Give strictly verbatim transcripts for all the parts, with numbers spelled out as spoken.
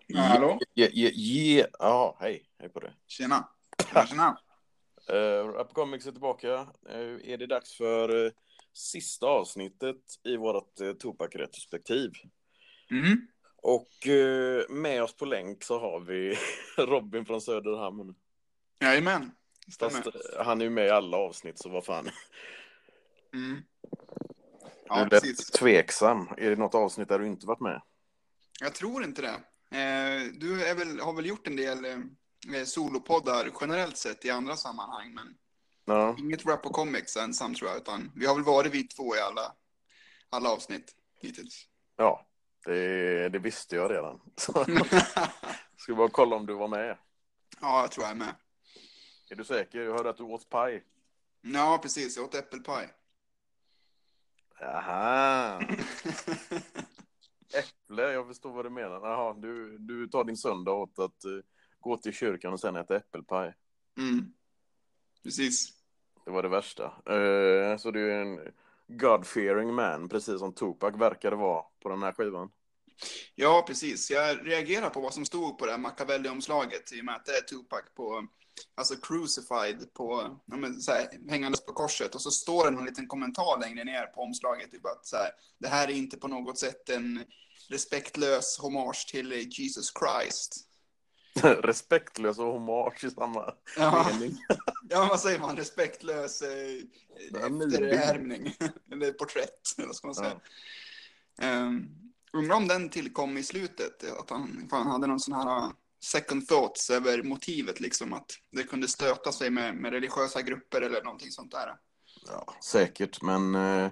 Ja, hallå? Ja, ja, ja. Ja, hej. Hej på det. Tjena. Tjena, tjena. Uh, Rap Comics är tillbaka. Uh, är det dags för uh, sista avsnittet i vårt uh, Tupac-retrospektiv. Mm. Och uh, med oss på länk så har vi Robin från Söderhamn. Jajamän. Fast Stämmer. uh, han är ju med i alla avsnitt, så vad fan. Mm. Du Ja, lät precis. tveksam. Är det något avsnitt där du inte varit med? Jag tror inte det. Eh, du är väl, har väl gjort en del eh, solopoddar generellt sett i andra sammanhang, men Ja. inget Rap och Comics ensam tror jag, utan vi har väl varit vi två i alla, alla avsnitt hittills. Ja, det, det visste jag redan. Ska vi bara kolla om du var med. Ja, jag tror jag är med. Är du säker? Jag hörde att du åt paj. Ja, precis. Jag åt äppelpaj. Aha. Äpple, jag förstår vad du menar. Jaha, du, du tar din söndag åt att uh, gå till kyrkan och sen äta äppelpaj. Mm. Precis. Det var det värsta. Uh, så du är en God-fearing man, precis som Tupac verkade vara på den här skivan. Ja, precis. Jag reagerar på vad som stod på det här Machiavelli-omslaget i och med att det är Tupac på, alltså crucified på, ja, men, så här, hängandes på korset. Och så står det en liten kommentar längre ner på omslaget. Typ att så här, det här är inte på något sätt en respektlös hommage till Jesus Christ. Respektlös och hommage i samma Ja, mening. ja, vad säger man? Respektlös eh, efterhärmning. Eller porträtt, eller vad ska man säga. Ja. Um, undrar om den tillkom i slutet. Att han, han hade någon sån här second thoughts över motivet. Liksom, att det kunde stöta sig med, med religiösa grupper eller någonting sånt där. Ja, säkert. Men uh,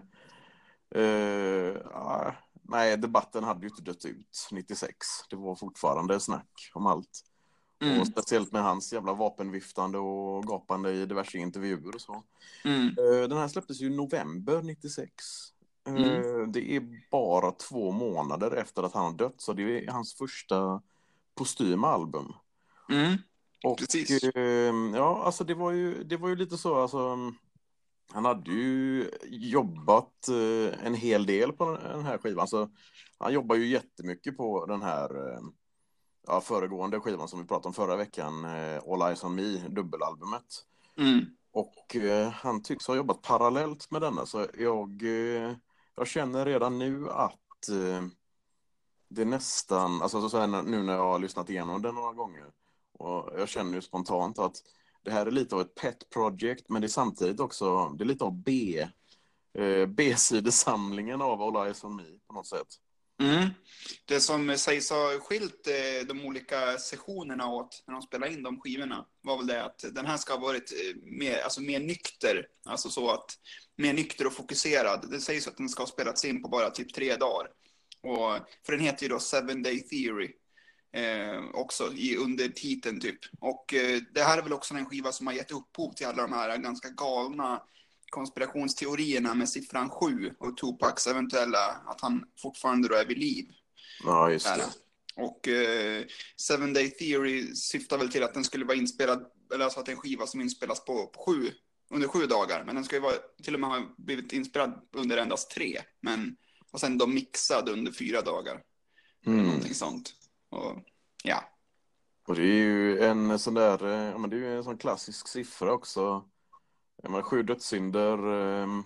uh, uh, nej, debatten hade ju inte dött ut nittiosex. Det var fortfarande snack om allt. Mm. Och speciellt med hans jävla vapenviftande och gapande i diverse intervjuer och så. Mm. Den här släpptes ju i november nittiosex. Mm. Det är bara två månader efter att han har dött. Så det är hans första postyma album. Mm. Och precis. ja, alltså det var ju, det var ju lite så, alltså, han hade ju jobbat en hel del på den här skivan. Alltså, han jobbar ju jättemycket på den här ja, föregående skivan som vi pratade om förra veckan, All Eyes on Me, dubbelalbumet. Mm. Och eh, han tycks ha jobbat parallellt med denna, så jag, eh, jag känner redan nu att eh, det nästan, alltså så här, nu när jag har lyssnat igenom den några gånger, och jag känner ju spontant att det här är lite av ett pet project, men det är samtidigt också, det är lite av B, eh, B-sidesamlingen av All Eyes on Me på något sätt. Mm. Det som sägs ha skilt eh, de olika sessionerna åt när de spelade in de skivorna var väl det att den här ska ha varit eh, mer, alltså mer nykter, alltså så att mer nykter och fokuserad. Det sägs att den ska ha spelats in på bara typ tre dagar. Och, för den heter ju då Seven Day Theory eh, också i undertiteln typ. Och eh, det här är väl också en skiva som har gett upphov till alla de här ganska galna konspirationsteorierna med siffran sju och Tupacs eventuella att han fortfarande då är vid liv. Ja, just det. Och eh, Seven Day Theory syftar väl till att den skulle vara inspelad, eller alltså att en skiva som inspelas på, på sju, under sju dagar. Men den ska ju vara, till och med ha blivit inspelad under endast tre. Men, och sen då mixad under fyra dagar. Mm. Eller någonting sånt. Och ja. Och det är ju en sån där, ja men det är ju en sån klassisk siffra också. Ja, men sju dödssynder, ähm,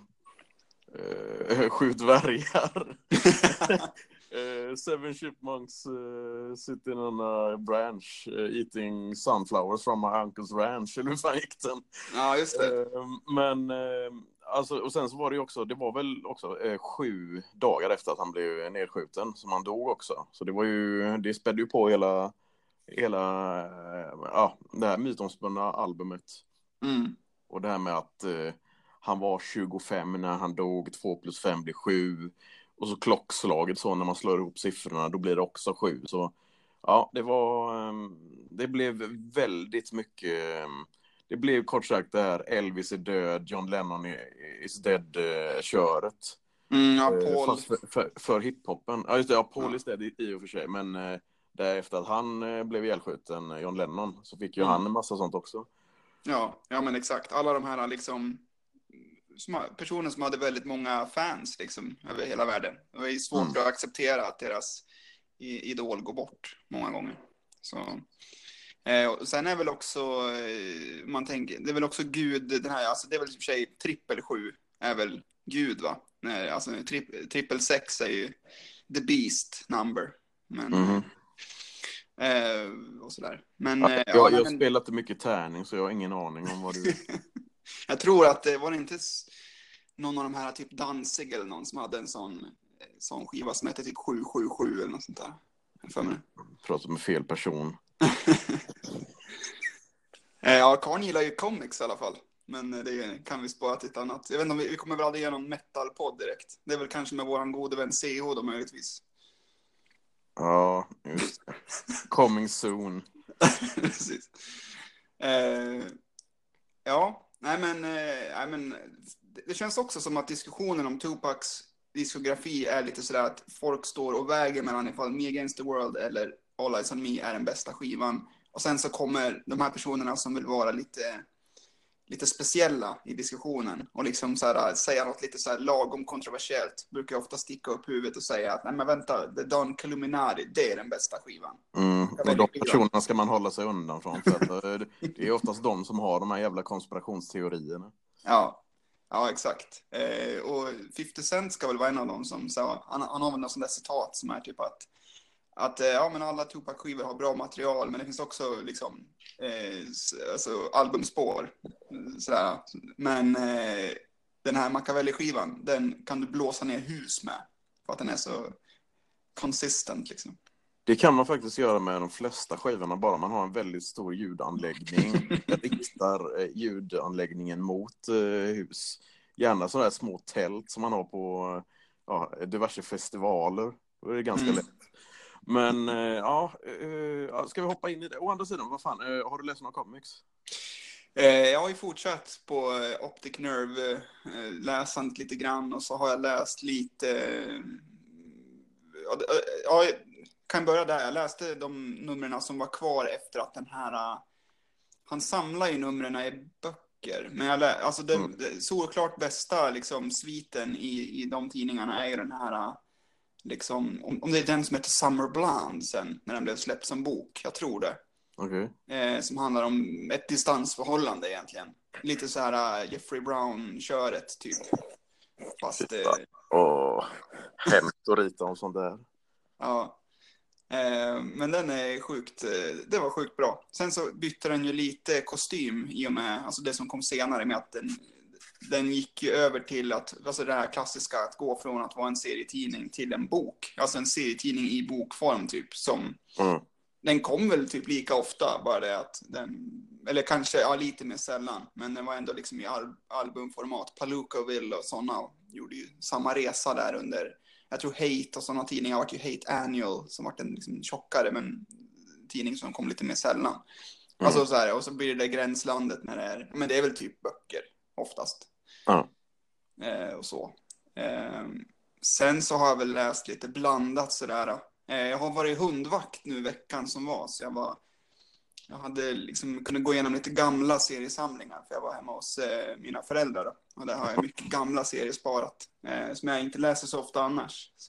äh, sju dvärgar. uh, seven chipmunks uh, sit in on a branch uh, eating sunflowers from my uncle's ranch. Eller hur fan gick den? Ja, just det. Uh, men, uh, alltså, och sen så var det ju också, det var väl också uh, sju dagar efter att han blev nedskjuten som han dog också. Så det var ju, det spädde ju på hela, hela uh, ja, det här mytomspunna albumet. Mm. Och det här med att uh, han var tjugofem när han dog, två plus fem blir sju. Och så klockslaget så när man slår ihop siffrorna, då blir det också sju. Så ja, det var, um, det blev väldigt mycket, um, det blev kort sagt det här Elvis är död, John Lennon is dead-köret. Uh, mm, ja, Paul. Uh, fast för, för, för hiphopen. Ja, just det, ja, Paul ja. Is dead i, i och för sig. Men uh, därefter att han uh, blev ihjälskjuten, John Lennon, så fick ju mm. han en massa sånt också. Ja, ja men exakt. Alla de här liksom personer som hade väldigt många fans liksom över hela världen. Det var svårt mm. att acceptera att deras idol går bort många gånger. Så, eh, och sen är väl också, eh, man tänker, det är väl också Gud, den här, alltså det är väl i och för sig trippel sju är väl Gud, va? Nej, alltså tri, trippel sex är ju the beast number. Men, Mhm. eh, och sådär. Men, Ja, eh, jag ja, jag men, spelar inte mycket tärning så jag har ingen aning om vad du... jag tror att det var det inte s- någon av de här, typ Danzig eller någon som hade en sån, sån skiva som hette typ sju sju sju eller något sånt där. Jag för mig. pratar med fel person. Eh, Ja, Karn gillar ju comics i alla fall. Men eh, det kan vi spara till ett annat. Jag vet inte om vi, vi kommer väl aldrig göra någon metal-podd direkt. Det är väl kanske med våran gode vän C H då möjligtvis. Ja, just det. Coming soon. Precis. Eh, ja, nej men, eh, nej men det, det känns också som att diskussionen om Tupacs diskografi är lite sådär att folk står och väger mellan ifall Me Against the World eller All Eyes on Me är den bästa skivan. Och sen så kommer de här personerna som vill vara lite, lite speciella i diskussionen och liksom så här, säga något lite så här lagom kontroversiellt. Brukar jag ofta sticka upp huvudet och säga att nej men vänta, The Don Columinati, det är den bästa skivan. Mm. Och de personerna ska man hålla sig undan från för att eh, det är oftast de som har de här jävla konspirationsteorierna. Ja, ja exakt. Eh, och femtio Cent ska väl vara en av dem som så, han, han har väl någon sån där citat som är typ att att eh, ja men alla Tupac-skivor har bra material men det finns också liksom eh, s- alltså albumspår sådär. Men eh, den här Machiavelli-skivan, den kan du blåsa ner hus med för att den är så consistent liksom. Det kan man faktiskt göra med de flesta skivorna, bara man har en väldigt stor ljudanläggning. Riktar eh, ljudanläggningen mot eh, hus. Gärna sådana här små tält som man har på ja, diverse festivaler. Då är det ganska Mm. lätt. Men eh, ja, eh, ska vi hoppa in i det? Å andra sidan, vad fan, eh, har du läst några comics? Eh, jag har ju fortsatt på eh, Optic Nerve eh, läsandet lite grann och så har jag läst lite eh, ja, det- eh, ja, jag kan börja där. Jag läste de numren som var kvar efter att den här eh, han samlar ju numren i böcker men jag lä, alltså den Mm. det såklart bästa liksom sviten i, i de tidningarna är ju den här eh, liksom om, om det är den som heter Summer Blonde sen när den blev släppt som bok, jag tror det. Okej. Eh, som handlar om ett distansförhållande egentligen. Lite så här uh, Jeffrey Brown-köret typ. Fast, eh, Åh, hemskt att rita om sånt där. ja. Eh, men den är sjukt, eh, det var sjukt bra. Sen så bytte den ju lite kostym i och med, alltså det som kom senare med att den, den gick ju över till att, alltså det här klassiska att gå från att vara en serietidning till en bok. Alltså en serietidning i bokform typ som Mm. den kom väl typ lika ofta, bara det att den, eller kanske ja, lite mer sällan, men den var ändå liksom i al- albumformat. Palookaville och sådana gjorde ju samma resa där under, jag tror Hate och sådana tidningar var ju Hate Annual som var en liksom tjockare men tidning som kom lite mer sällan. Mm. Alltså så här, och så blir det gränslandet när det är, men det är väl typ böcker oftast. Ja. Eh, och så. Eh, sen så har jag väl läst lite blandat sådär. Eh, jag har varit hundvakt nu veckan som var, så jag var jag hade liksom kunnat gå igenom lite gamla seriesamlingar för jag var hemma hos eh, mina föräldrar då. Och där har jag mycket gamla serier sparat eh, som jag inte läser så ofta annars. Så,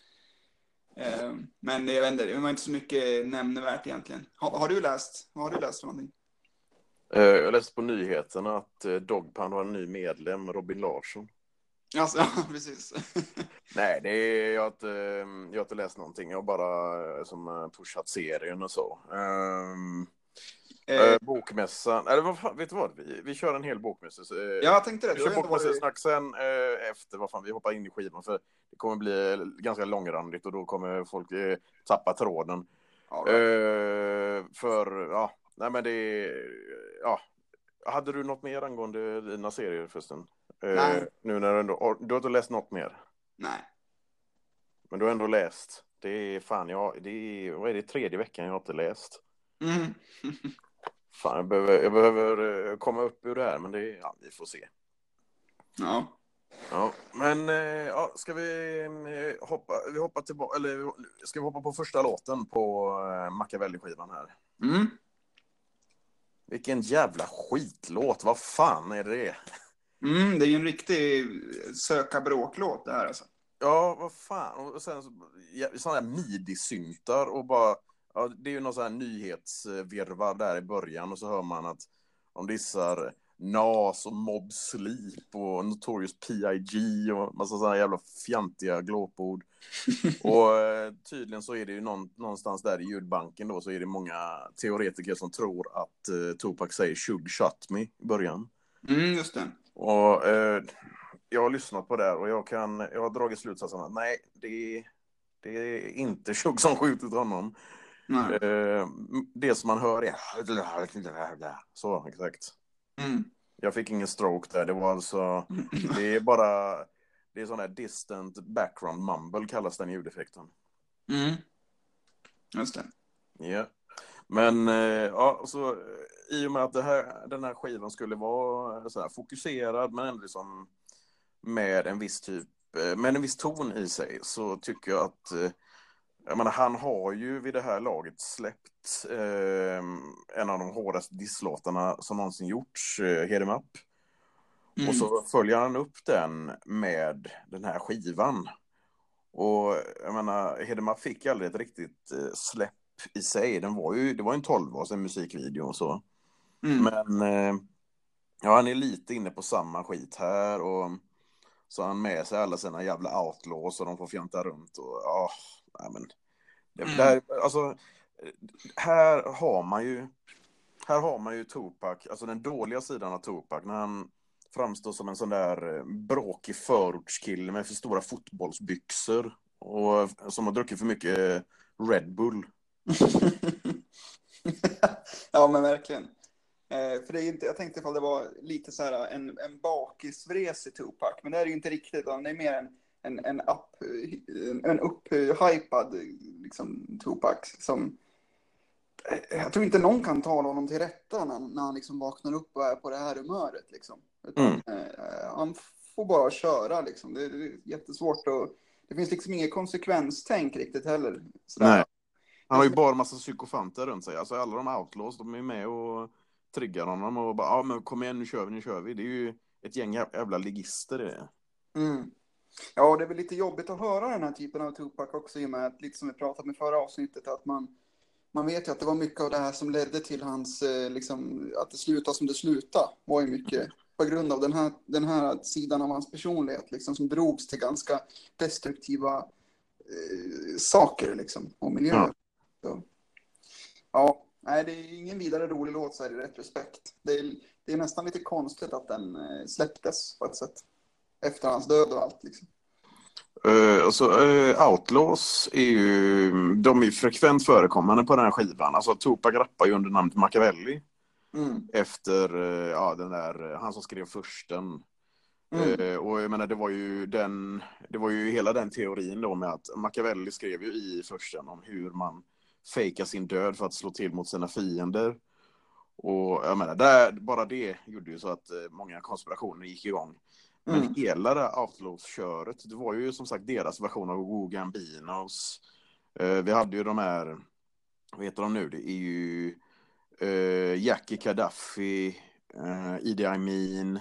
eh, men jag vet inte, det var inte så mycket nämnvärt egentligen. Ha, har du läst? Vad har du läst för någonting? Eh, Jag läste på nyheterna att eh, Dogpan har en ny medlem, Robin Larsson. Alltså, ja, precis. Nej, det är, jag, har inte, jag har inte läst någonting. Jag har bara eh, som eh, pushat serien och så. Um, eh, eh, bokmässan. Eller vad fan, vet du vad? Vi, vi kör en hel bokmässa. Så, eh, jag tänkte det. vi Du har kör ju ändå varit... bokmässasnack sen eh, efter. Vad fan, vi hoppar in i skivan. För det kommer bli ganska långrandigt och då kommer folk eh, tappa tråden. All right. Eh, för, ja, nej men det ja. Hade du något mer angående dina serier förresten? Eh, Nej. nu när du ändå, du har inte läst något mer? Nej. Men du har ändå läst. Det är fan, jag, det är, vad är det, tredje veckan jag har inte läst. Mm. Fan, jag behöver, jag behöver eh, komma upp ur det här, men det är, ja, vi får se. Ja. Ja, men eh, ja, ska vi eh, hoppa, vi hoppar tillbaka, eller ska vi hoppa på första låten på eh, Machiavelli-skivan här? Mm. Vilken jävla skitlåt, vad fan är det? Mm, det är ju en riktig söka bråklåt det här alltså. Ja, vad fan. Och sen så, ja, sådana här midi-syntar och bara, ja, det är ju någon sån här nyhetsvirvar där i början och så hör man att de dissar Nas och Mob Sleep och Notorious P I G och massa sådana jävla fjantiga glåpord. Och eh, tydligen så är det ju någon, någonstans där i ljudbanken då så är det många teoretiker som tror att eh, Tupac säger "should shot me" i början. Mm, just det. Och eh, jag har lyssnat på det här och jag kan, jag har dragit slutsatsen att nej, det är, det är inte Shug som skjutit honom. Nej. Eh, det som man hör är så, exakt. Mm. Jag fick ingen stroke där, det var alltså, det är bara, det är sån här distant background mumble kallas den ljudeffekten. Mm. Just det. Ja. Yeah. Men eh, ja, så i och med att det här, den här skivan skulle vara så här fokuserad men ändå liksom med en viss typ, med en viss ton i sig, så tycker jag att jag menar, han har ju vid det här laget släppt eh, en av de hårdaste disslåtarna som någonsin gjorts, eh, Hit 'em Up. Mm. Och så följer han upp den med den här skivan. Och jag menar, Hit 'em Up fick aldrig ett riktigt eh, släpp i sig. Den var ju, det var en tolv års en musikvideo och så. Mm. Men eh, ja, han är lite inne på samma skit här och så har han med sig alla sina jävla outlaws och de får fjanta runt och ja, nej men det, mm. där, alltså här har man ju här har man ju Tupac, alltså den dåliga sidan av Tupac när han framstår som en sån där bråkig förortskille med för stora fotbollsbyxor och som har druckit för mycket Red Bull. Ja, men verkligen. Eh, för det är inte, jag tänkte ifall det var lite så här en, en bakisvres i Tupac, men det är det ju inte riktigt. Det är mer en, en, en, up, en upphypad liksom, Tupac som jag tror inte någon kan tala honom till rätta när, när han liksom vaknar upp och är på det här humöret. Liksom. Utan, mm. eh, han får bara köra. Liksom. Det, det är jättesvårt. Och, det finns liksom inget konsekvenstänk riktigt heller. Sådär. Nej. Han har ju bara en massa psykofanter runt sig. Alltså alla de outlaws, de är med och triggar honom. Och bara, ja men kom igen, nu kör vi, nu kör vi. Det är ju ett gäng jävla ligister det. Mm. Ja, det är väl lite jobbigt att höra den här typen av Tupac också. I och med att, lite som vi pratade med förra avsnittet, att man Man vet ju att det var mycket av det här som ledde till hans, liksom, att det slutade som det slutade. Var ju mycket på grund av den här, den här sidan av hans personlighet, liksom, som drogs till ganska destruktiva eh, saker, liksom, och miljöer. Ja. Så, ja, nej, det är ingen vidare rolig låt så här i retrospekt. Det är, det är nästan lite konstigt att den eh, släpptes på ett sätt. Efter hans död och allt, liksom. Uh, alltså, uh, outlaws är ju, de är ju frekvent förekommande på den här skivan. Alltså Tupac rappar ju under namnet Machiavelli. Mm. Efter uh, ja, den där, han som skrev försten. Mm. Uh, och jag menar, det var ju den, det var ju hela den teorin då med att Machiavelli skrev ju i försten om hur man fejkar sin död för att slå till mot sina fiender. Och jag menar, där, bara det gjorde ju så att uh, många konspirationer gick igång. Men mm. hela det Outlaws-köret, det var ju som sagt deras version av Go Gambinos. Uh, vi hade ju de här, vad heter de nu? Det är ju uh, Jackie Gaddafi, uh, Idi Amin,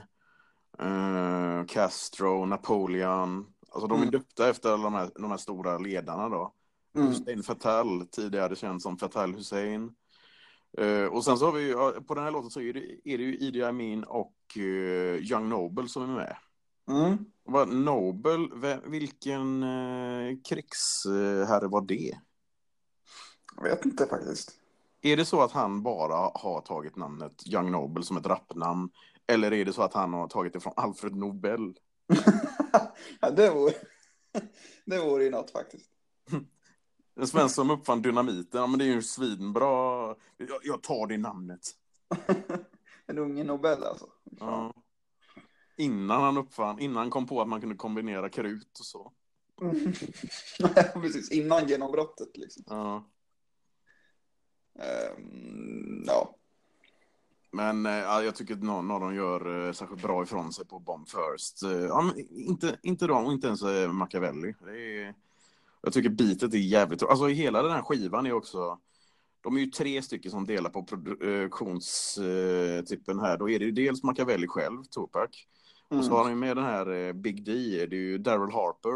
uh, Castro, Napoleon. Alltså de är mm. döpta efter alla de här, de här stora ledarna då. Mm. Hussein Fatal, tidigare känd som Fatal Hussein. Uh, och sen så har vi ju, på den här låten så är det, är det ju Idi Amin och uh, Young Noble som är med. Mm. Vad, Noble, vilken uh, krigsherre var det? Jag vet inte faktiskt. Är det så att han bara har tagit namnet Young Noble som ett rappnamn? Eller är det så att han har tagit det från Alfred Nobel? Ja, det vore, det vore ju något faktiskt. En svensk som uppfann dynamiten, ja, men det är ju svinbra. Jag, jag tar det namnet. En unge Nobel alltså. Ja. Innan han uppfann, innan han kom på att man kunde kombinera krut och så. Mm. Precis, innan genombrottet liksom. Ja. Um, ja. Men äh, jag tycker att någon av dem gör äh, särskilt bra ifrån sig på Bomb First. Äh, ja, men inte, inte de och inte ens äh, Machiavelli. Det är, jag tycker beatet är jävligt. Alltså hela den här skivan är också, de är ju tre stycken som delar på produktionstippen här. Då är det ju dels Machiavelli själv, Tupac. Mm. Och så har de med den här Big D, det är ju Daryl Harper.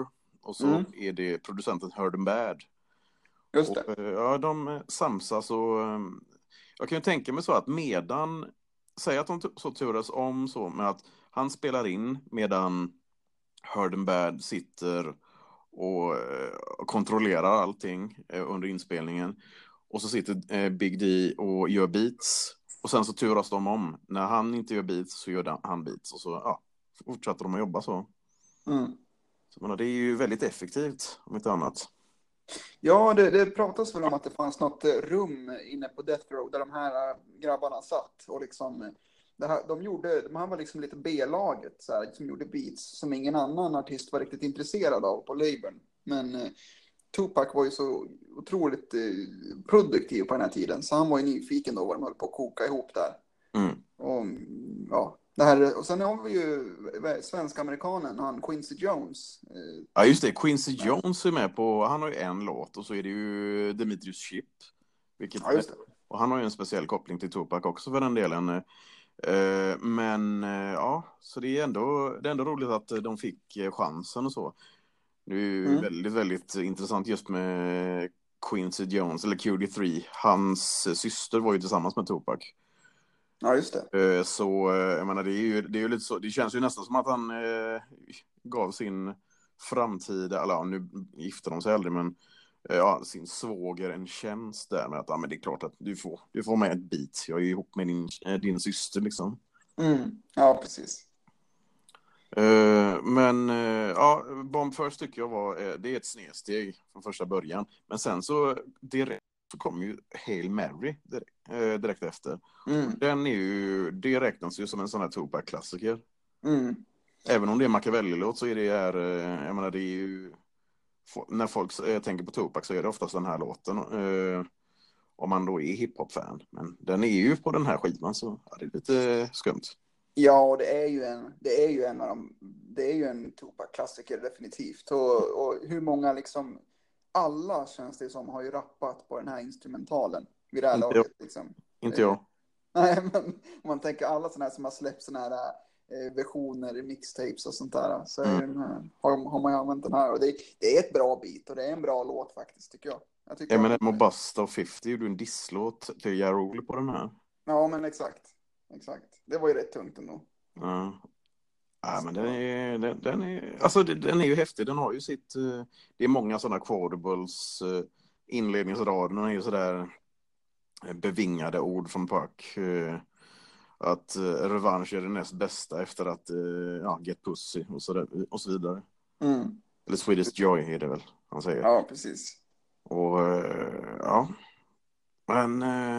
och så Mm. är det producenten Heard 'em Bad. Just det. Och, ja, de samsas och jag kan ju tänka mig så att medan, säg att de så turas om så med att han spelar in medan Heard 'em Bad sitter och kontrollerar allting under inspelningen. Och så sitter Big D och gör beats. Och sen så turas de om. När han inte gör beats så gör han beats. Och så ja, fortsätter de att jobba så. Mm. Så menar, det är ju väldigt effektivt, om inte annat. Ja, det, det pratas väl om att det fanns något rum inne på Death Row där de här grabbarna satt. Och liksom, det här, de, gjorde, de här var liksom lite B-laget så här, som gjorde beats som ingen annan artist var riktigt intresserad av på labeln. Men eh, Tupac var ju så otroligt eh, produktiv på den här tiden. Så han var ju nyfiken då vad de höll på att koka ihop där. Mm. Och, ja, det här, och sen har vi ju svensk-amerikanen, han Quincy Jones. Eh, Ja, just det. Quincy Jones är med på, han har ju en låt och så är det ju Demetrius Shipp. Vilket, ja, just det. Och han har ju en speciell koppling till Tupac också för den delen. Eh, men eh, ja, så det är, ändå, det är ändå roligt att de fick chansen och så. Det är ju Mm. väldigt, väldigt intressant just med Quincy Jones, eller Q D tre. Hans syster var ju tillsammans med Tupac. Ja, just det. Så jag menar, det är ju, det är ju lite så, det känns ju nästan som att han eh, gav sin framtida, eller ja, nu gifter de sig aldrig, men eh, ja, sin svåger en tjänst där med att ja, men det är klart att du får, du får med ett beat. Jag är ju ihop med din, din syster liksom. Mm. Ja, precis. Uh, men uh, ja, Bomb First tycker jag var, uh, det är ett snedsteg från första början. Men sen så direkt så kom ju Hail Mary direkt, uh, direkt efter. Mm. Den är ju, det räknas ju som en sån här Tupac-klassiker. Mm. Även om det är Machiavelli-låt så är det här, uh, jag menar det är ju, när folk uh, tänker på Tupac så är det oftast den här låten. Uh, om man då är hiphop-fan. Men den är ju på den här skivan så ja, det är lite skumt. Ja, och det är ju en, det är ju en av de, det är ju en Tupac-klassiker definitivt. Och, och hur många liksom, alla känns det som har ju rappat på den här instrumentalen vid det här Inte laget. jag. Liksom. Inte jag. Nej, men om man tänker alla sådana här som har släppt sådana här eh, versioner, mixtapes och sånt där. Så är Mm. den här, har, har man ju använt den här. Och det, det är ett bra beat och det är en bra låt faktiskt, tycker jag. jag tycker Eminem att, och Busta och femtio gjorde en disslåt till Ja Rule på den här. Ja, men exakt. Exakt. Det var ju rätt tungt ändå. Ja. Ja, men den är, den, den är, alltså den är ju häftig. Den har ju sitt, det är många sådana quotables, inledningsraden är ju sådär bevingade ord från Pac. Att revansch är det näst bästa efter att ja, get pussy och så, där, och så vidare. Mm. Eller Swedish Joy är det väl han säger. Ja, precis. Och ja, men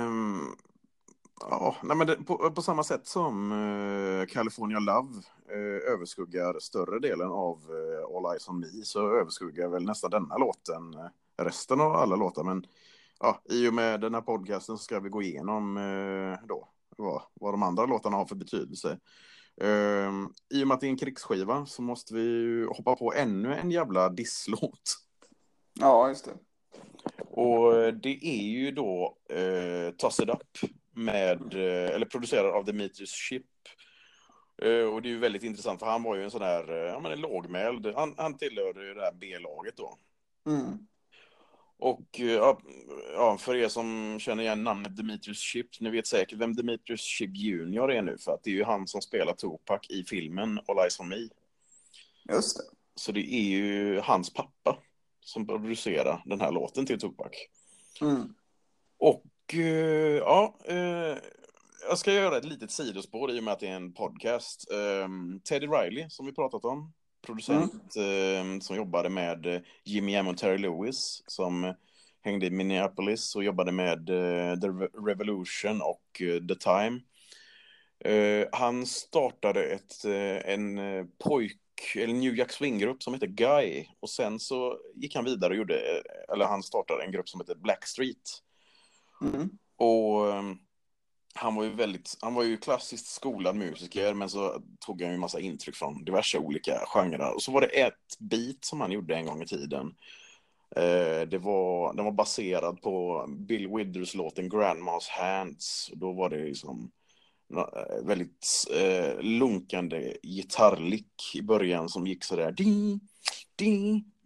ja, nej, men det, på, på samma sätt som uh, California Love uh, överskuggar större delen av uh, All Eyes on Me så överskuggar väl nästan denna låten uh, resten av alla låtar. Men ja, i och med den här podcasten så ska vi gå igenom uh, då vad, vad de andra låtarna har för betydelse. Uh, I och med att det är en krigsskiva så måste vi ju hoppa på ännu en jävla disslåt. Ja, just det. Och det är ju då uh, Toss It Up med, eller producerad av Demetrius Shipp. Och det är ju väldigt intressant för han var ju en sån här, ja men en lågmäld, han, han tillhörde ju det här B-laget då. Mm. Och ja, för er som känner igen namnet Demetrius Shipp, ni vet säkert vem Demetrius Shipp junior är nu, för att det är ju han som spelar Tupac i filmen All Eyes on Me. Just det. Så det är ju hans pappa som producerar den här låten till Tupac. Mm. Och ja, jag ska göra ett litet sidospår i och med att det är en podcast. Teddy Riley, som vi pratat om, producent mm. som jobbade med Jimmy Jam och Terry Lewis, som hängde i Minneapolis och jobbade med The Revolution och The Time. Han startade ett, en pojk, eller New Jack Swing-grupp som heter Guy, och sen så gick han vidare och gjorde, eller han startade en grupp som heter Blackstreet. Mm. Och um, han var ju väldigt, han var ju klassiskt skolad musiker, men så tog han ju en massa intryck från diverse olika genrer. Och så var det ett beat som han gjorde en gång i tiden. Eh, det var, den var baserad på Bill Withers låten Grandma's Hands. Då var det liksom väldigt eh, lunkande gitarrlick i början som gick sådär di, di,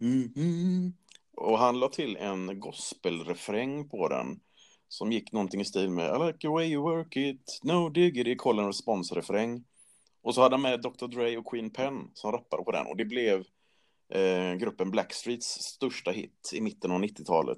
Mm, mm. Och han la till en gospelrefräng på den som gick någonting i stil med I like the way you work it, no diggity, call and response-refräng. Och så hade han med doktor Dre och Queen Pen som rappade på den. Och det blev eh, gruppen Blackstreets största hit i mitten av nittiotalet.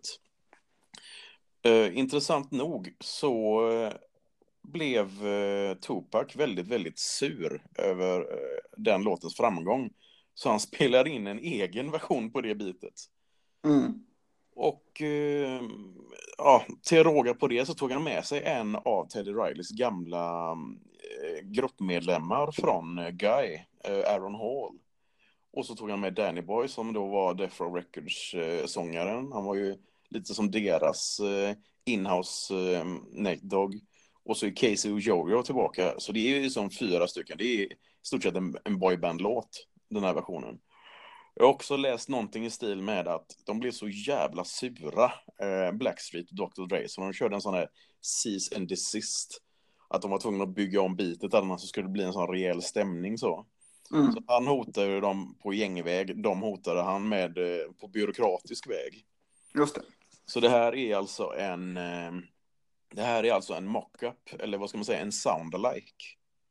Eh, intressant nog så eh, blev eh, Tupac väldigt, väldigt sur över eh, den låtens framgång. Så han spelade in en egen version på det bitet. Mm. Och eh, ja, till råga på det så tog han med sig en av Teddy Rileys gamla eh, gruppmedlemmar från eh, Guy, eh, Aaron Hall. Och så tog han med Danny Boy som då var Death Row Records-sångaren. Han var ju lite som deras eh, inhouse eh, Nate Dogg. Och så är Casey och Jojo tillbaka. Så det är ju som fyra stycken. Det är i stort sett en, en boyband-låt, den här versionen. Jag har också läst någonting i stil med att de blev så jävla sura, eh, Blackstreet och doktor Dre, så de körde en sån här cease and desist. Att de var tvungna att bygga om bitet, annars så skulle det bli en sån rejäl stämning så. Mm. Så han hotade dem på gängväg, de hotade han med eh, på byråkratisk väg. Just det. Så det här är alltså en eh, det här är alltså en mock-up, eller vad ska man säga, en sound-alike.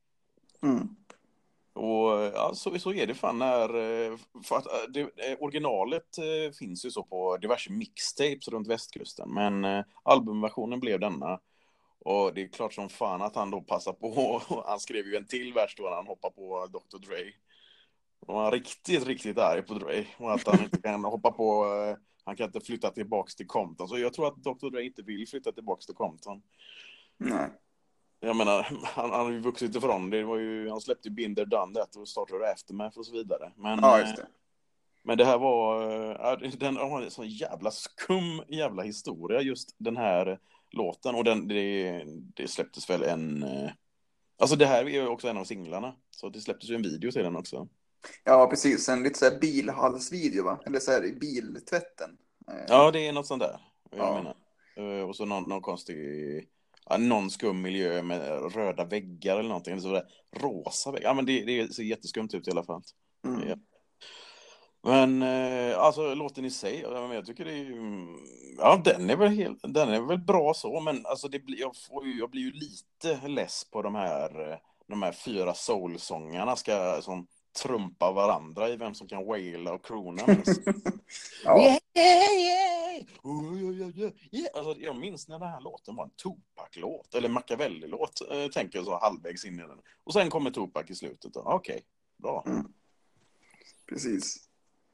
Mm. Och ja, så, så är det fan när, för att det, originalet eh, finns ju så på diverse mixtapes runt västkusten, men eh, albumversionen blev denna. Och det är klart som fan att han då passar på, han skrev ju en till vers då när han hoppar på doktor Dre. Och han är riktigt, riktigt arg på Dre. Och att han inte kan hoppa på, eh, han kan inte flytta tillbaks till Compton. Så jag tror att doktor Dre inte vill flytta tillbaks till Compton. Nej. Jag menar, han, han har ju vuxit ifrån det. Var ju, han släppte ju Binder Done det och startade Aftermath och så vidare. Men, Ja, just det. men det här var, äh, den har en sån jävla skum jävla historia, just den här låten. Och den, det, det släpptes väl en, alltså det här är ju också en av singlarna. Så det släpptes ju en video till den också. Ja, precis. En lite så här bilhalsvideo, va? Eller så här i biltvätten. Ja, det är något sånt där. Jag Ja. menar. Och så någon, någon konstig, ja, någon skum miljö med röda väggar eller någonting. Eller så där, rosa väggar. Ja, men det, det ser jätteskumt ut i alla fall. Mm. Ja. Men eh, alltså låten i sig, jag, jag tycker det är, ja, den är väl helt, den är väl bra så, men alltså det blir, jag får ju, jag blir ju lite less på de här de här fyra soul-sångarna ska som trumpa varandra i vem som kan waila och crona mest. Ja. Yeah, yeah, yeah. Oh, yeah, yeah, yeah, yeah. Alltså, jag minns när den här låten var en Tupac-låt, eller Machiavelli-låt, eh, tänker jag så halvvägs in i den. Och sen kommer Tupac i slutet. Okej, okay, bra. Mm. Precis.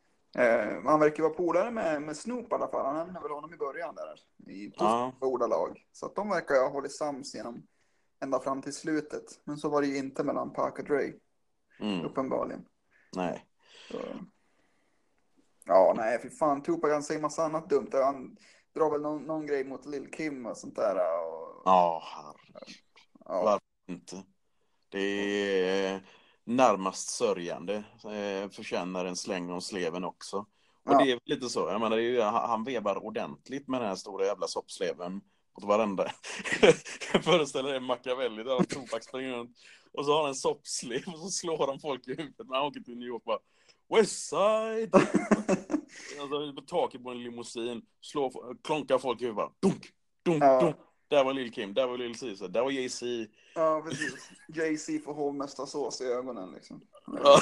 Eh, han verkar vara polare med, med Snoop i alla fall. Han nämnde väl honom i början där. I positiva Ja. ordalag. Så att de verkar ha hållit sams genom ända fram till slutet. Men så var det ju inte mellan Pac och Dre. Mm. Uppenbarligen. Nej. Så. Ja, nej, för fan. Tupac, han säger massa annat dumt. Han drar väl någon, någon grej mot Lil Kim och sånt där. Och... Ja, herregud. Ja. Varför inte? Det är närmast sörjande. Eh, förtjänar en släng om sleven också. Och Ja. det är lite så. Jag menar, det är ju, han, han vevar ordentligt med den här stora jävla soppsleven åt varenda. Jag föreställer dig Machiavelli där Tupac springer runt. Och så har han en soppslev och så slår han folk i huvudet när han åker till New York. Bara, Westside! Alltså på taket på en limousin. Slår, klonkar folk i huvudet. Bara, dunk, dunk, Ja. dunk. Där var Lil Kim, där var Lil Caesar, där var Jay-Z. Ja, precis. Jay-Z får hovmästarsås i ögonen liksom. Ja.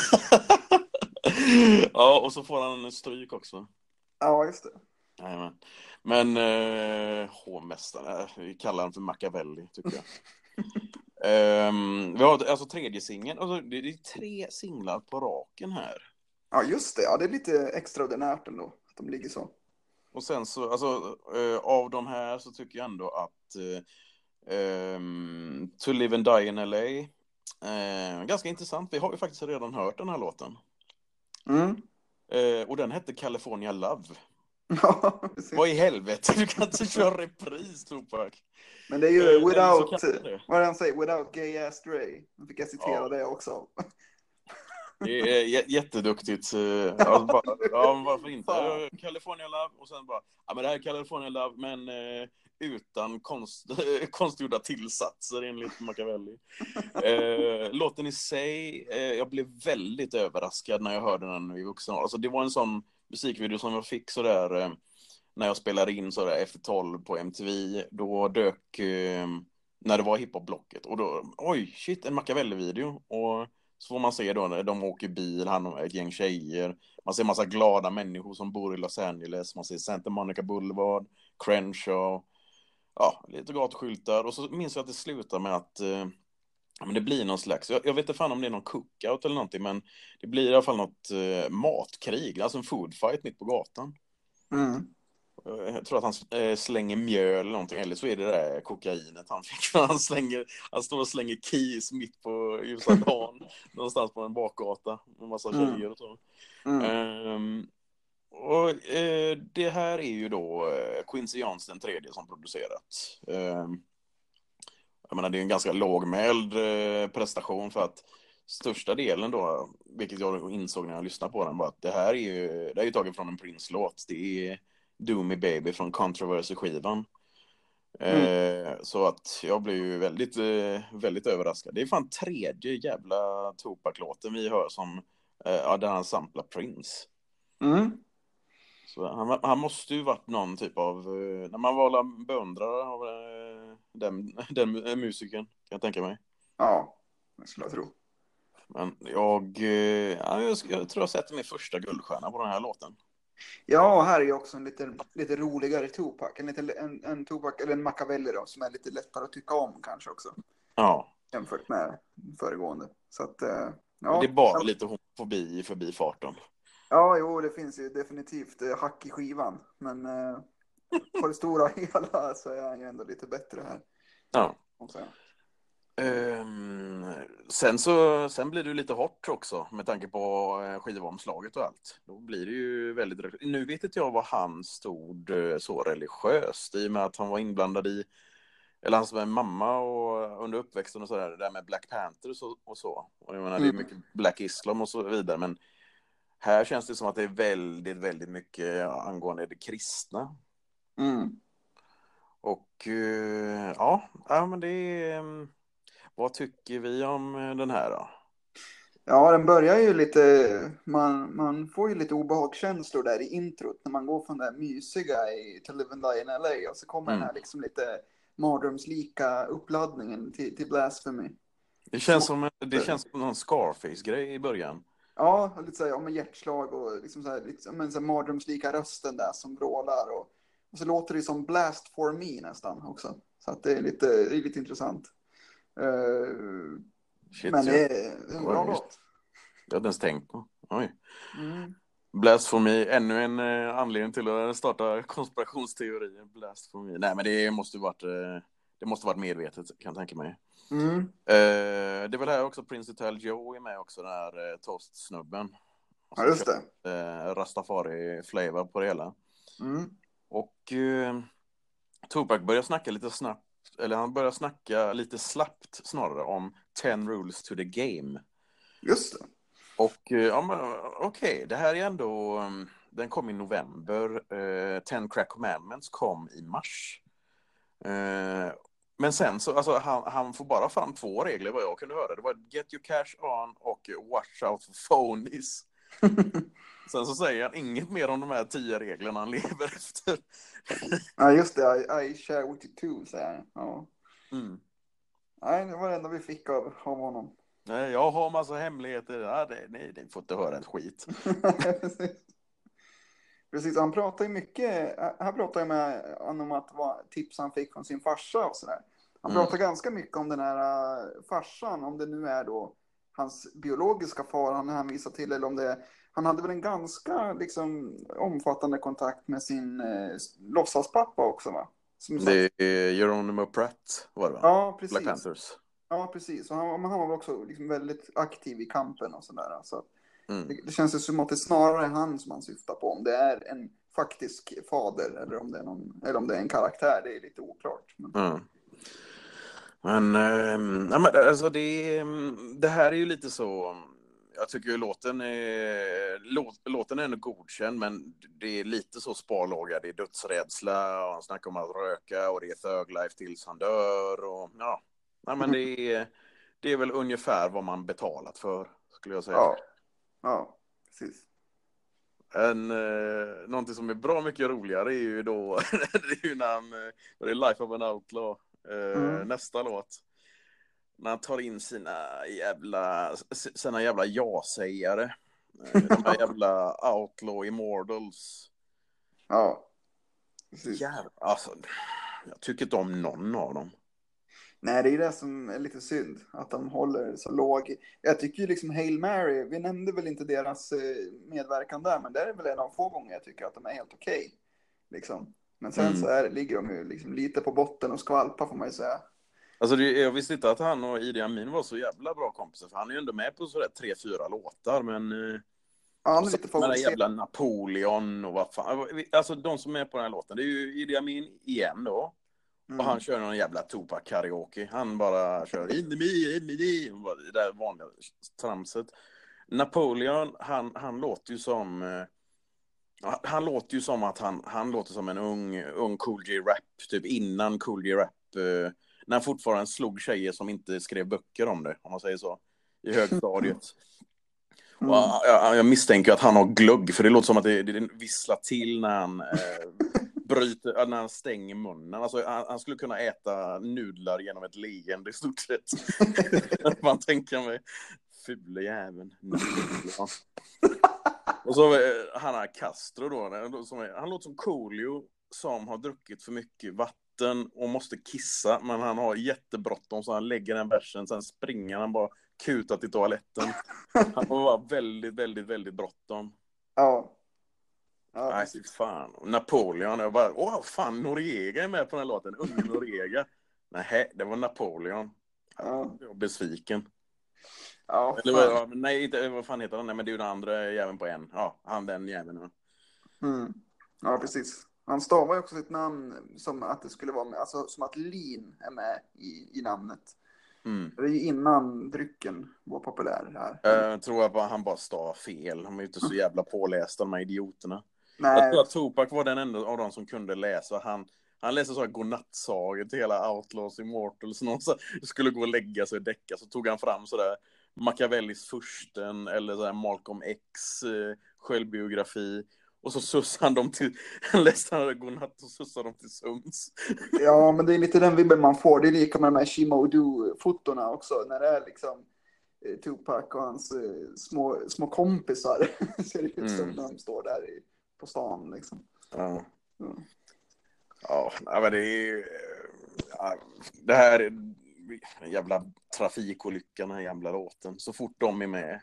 Ja, och så får han en stryk också. Ja, just det. Jajamän. Men eh, hovmästaren, vi kallar han för Machiavelli, tycker jag. um, vi har alltså tredje singeln, alltså, det är tre singlar på raken här. Ja, just det. Ja, det är lite extraordinärt ändå att de ligger så. Och sen så, alltså, uh, av de här så tycker jag ändå att uh, um, To Live and Die in L A, uh, ganska intressant. Vi har ju faktiskt redan hört den här låten. Mm. Uh, och den hette California Love. Ja, precis. Vad i helvete, du kan inte köra repris, Tupac. Men det är ju Uh, without, det. vad är det han säger? Without gay ass Dre. Nu fick jag citera Ja. det också. Det är j- jätteduktigt. Uh, alltså bara, ja, varför inte? Fan. California Love och sen bara, ja men det här är California Love men uh, utan konst, konstgjorda tillsatser enligt Machiavelli. Uh, låten i sig, uh, jag blev väldigt överraskad när jag hörde den i vuxen år. Alltså det var en sån musikvideo som jag fick sådär eh, när jag spelade in sådär F tolv på M T V, då dök eh, när det var hiphop-blocket, och då, oj, shit, en Machiavelli-video, och så får man se då när de åker bil, han och ett gäng tjejer, man ser massa glada människor som bor i Los Angeles, man ser Santa Monica Boulevard, Crenshaw, ja, lite gatskyltar, och så minns jag att det slutar med att eh, ja, men det blir någon slags, jag, jag vet inte fan om det är någon cookout eller någonting, men det blir i alla fall något eh, matkrig, alltså en food fight mitt på gatan. Mm. Jag tror att han eh, slänger mjöl eller någonting, eller så är det där kokainet han fick. Han, slänger, han står och slänger keys mitt på ljusa dagen någonstans på en bakgata med massa Mm. tjejer och så. Mm. Um, och eh, det här är ju då eh, Quincy Jones den tredje som producerat. Um, jag menar, det är en ganska lågmäld eh, prestation, för att största delen då, vilket jag insåg när jag lyssnade på den, var att det här är ju, det är ju taget från en Prince-låt. Det är Do Me Baby från Controversy-skivan. Mm. Eh, så att jag blev ju väldigt, eh, väldigt överraskad. Det är fan tredje jävla Tupac-låten vi hör som, eh, ja, där han samplar Prince. Mm. Så han, han måste ju varit någon typ av, eh, när man var beundrare av eh, den, den musikern, kan jag tänka mig. Ja, det skulle jag tro. Men jag, eh, ja, jag, jag tror jag sätter min första guldstjärna på den här låten. Ja, här är ju också en lite, lite roligare Tupac. En, lite, en, en Tupac, eller en Machiavelli då, som är lite lättare att tycka om kanske också. Ja. Jämfört med föregående. Så att, eh, Men ja. det är bara lite homofobi i förbifarten. Ja, jo, det finns ju definitivt eh, hack i skivan. Men eh, på det stora hela så är han ju ändå lite bättre här. Ja. Också. Um, sen så sen blir det ju lite hårt också med tanke på eh, skivomslaget och allt. Då blir det ju väldigt, nu vet inte jag vad han stod eh, så religiöst i och med att han var inblandad i, eller hans mamma och under uppväxten och sådär, det där med Black Panthers och, och så. Och jag menar, det är mycket Black Islam och så vidare, men här känns det som att det är väldigt, väldigt mycket angående det kristna. Mm. Och eh, ja, ja, men det är... um, vad tycker vi om den här då? Ja, den börjar ju lite, man, man får ju lite obehagskänslor där i introt när man går från det här mysiga i To Live and Die in L A och så kommer Mm. den här liksom lite mardrömslika uppladdningen till, till Blasphemy. Det känns som en, det känns som någon Scarface-grej i början. Ja, lite så här, ja, med hjärtslag och liksom så här, liksom, men så här mardrömslika rösten där som vrålar och, och så låter det som Blast for Me nästan också. Så att det är lite, det är lite intressant. Uh, Shit, men det jag, är en bra oj, låt. jag hade ens tänkt på. Oj. Mm. Blast for Me, ännu en eh, anledning till att starta konspirationsteorier. Blast for Me. Nej, men det måste varit eh, det måste varit medvetet, kan jag tänka mig. Mm. Eh, det var här också Prince Ital Joe är med också, den här eh, toast-snubben. Ja, just det. Eh, Rastafari-flavor på det hela. Mm. Och eh, Tupac börjar snacka lite snabbt, eller han börjar snacka lite slappt snarare om ten rules to the game. Just det. Och ja, men okej, okay, det här är ändå, den kom i november, eh, ten Crack Commandments kom i mars. Eh, men sen så, alltså han, han får bara fram två regler vad jag kunde höra. Det var get your cash on och watch out for phonies. Sen så säger han inget mer om de här tio reglerna han lever efter. Ja, just det. I, I share with you too, säger han. Ja. Mm. Nej, det var det enda vi fick av, av honom. Nej, jag har massa hemligheter. Ja, det, nej, det får inte höra ett skit. Precis. Precis, han pratar ju mycket. Han pratar ju med han om att vad tips han fick från sin farsa och sådär. Han Mm. pratar ganska mycket om den här uh, farsan, om det nu är då hans biologiska far han hänvisar till, eller om det han hade väl en ganska liksom omfattande kontakt med sin uh, låtsaspappa också, va? Som Det är Geronimo Pratt, var det va? Ja, precis. Black Panthers. Ja, precis. Och han, han var väl också liksom väldigt aktiv i kampen och sådär. Så Mm. det, det känns ju som att det är snarare han som man syftar på. Om det är en faktisk fader eller om det är, någon, eller om det är en karaktär. Det är lite oklart. Men, Mm. men, äh, ja, men alltså det, det här är ju lite så... Jag tycker ju låten är, låt, låten är ändå godkänd, men det är lite så sparlåga. Det är dödsrädsla och han snackar om att röka och det är thug life tills han dör. Och, ja. Ja, men det är, det är väl ungefär vad man betalat för, skulle jag säga. ja, ja, precis. En, eh, någonting som är bra mycket roligare är ju då det är ju när han, eh, det är Life of an Outlaw, eh, Mm. nästa låt. När han tar in sina jävla sina jävla ja-sägare. Eh, de här jävla Outlaw Immortals. Ja, precis. Jävlar, alltså, jag tycker inte om någon av dem. Nej, det är det som är lite synd, att de håller så låg. Jag tycker ju liksom Hail Mary, vi nämnde väl inte deras eh, medverkan där, men det är väl en av få gånger jag tycker att de är helt okej. Okay, liksom. Men sen Mm. så är, ligger de ju liksom lite på botten och skvalpar, får man ju säga. Alltså det, jag visste inte att han och Idi Amin var så jävla bra kompisar, för han är ju ändå med på sådär tre, fyra låtar, men... Eh... Ja, han är Och så lite med den favoriserad. jävla Napoleon och vad fan. Alltså de som är på den här låten, det är ju Idi Amin igen då. Mm. Och han kör någon jävla Tupac karaoke. Han bara kör in i mig, in i mig. Det där vanliga tramset. Napoleon, han, han låter ju som... Eh, han låter ju som att han, han låter som en ung, ung Cool J-rap. Typ innan Cool J-rap. Eh, när han fortfarande slog tjejer som inte skrev böcker om det, om man säger så. I högstadiet. Mm. Och jag, jag misstänker att han har glögg, för det låter som att det, det visslar till när han eh, bryter, när han stänger munnen. Alltså, han, han skulle kunna äta nudlar genom ett leende i stort sett. Man tänker mig, fula jäveln. Och så eh, han har Castro då, som är, han låter som Coolio som har druckit för mycket vatten och måste kissa, men han har jättebråttom, så han lägger den versen, sen springer han bara kutat i toaletten. Han var väldigt, väldigt, väldigt bråttom. Ja. Ja, Nej, fy fan. Napoleon, jag bara, åh fan, Noriega är med på den här låten. Unge Noriega. Nej, det var Napoleon. Ja. Jag var besviken. Ja, Eller, fan. vad- nej, inte, vad fan heter han? Nej, men det är ju den andra jäveln på en. Ja, han den jäveln. Mm. Ja, precis. Han stavar ju också sitt namn som att det skulle vara med, alltså som att lin är med i, i namnet. Mm. Det är ju innan drycken var populär här. Jag tror att han bara stavar fel. Han är ju inte så jävla pålästa, de här idioterna. Nej. Jag tror att Tupac var den enda av dem som kunde läsa. Han, han läste så här godnattsagor till hela Outlaws Immortals. Någon så skulle gå och lägga sig och däcka, så tog han fram sådär Machiavellis Fursten eller så här Malcolm X eh, självbiografi. Och så sussade han dem till, han läste han godnatt och sussade dem till sömns. Ja, men det är lite den vibben man får. Det är lika med de här Shimodu-fotorna också. När det är liksom eh, Tupac och hans eh, små, små kompisar. Ser det ut som Mm. när de står där i, på stan liksom. Ja. Mm. Ja, men det är ja, det här är den jävla trafikolyckan, den här jävla låten. Så fort de är med.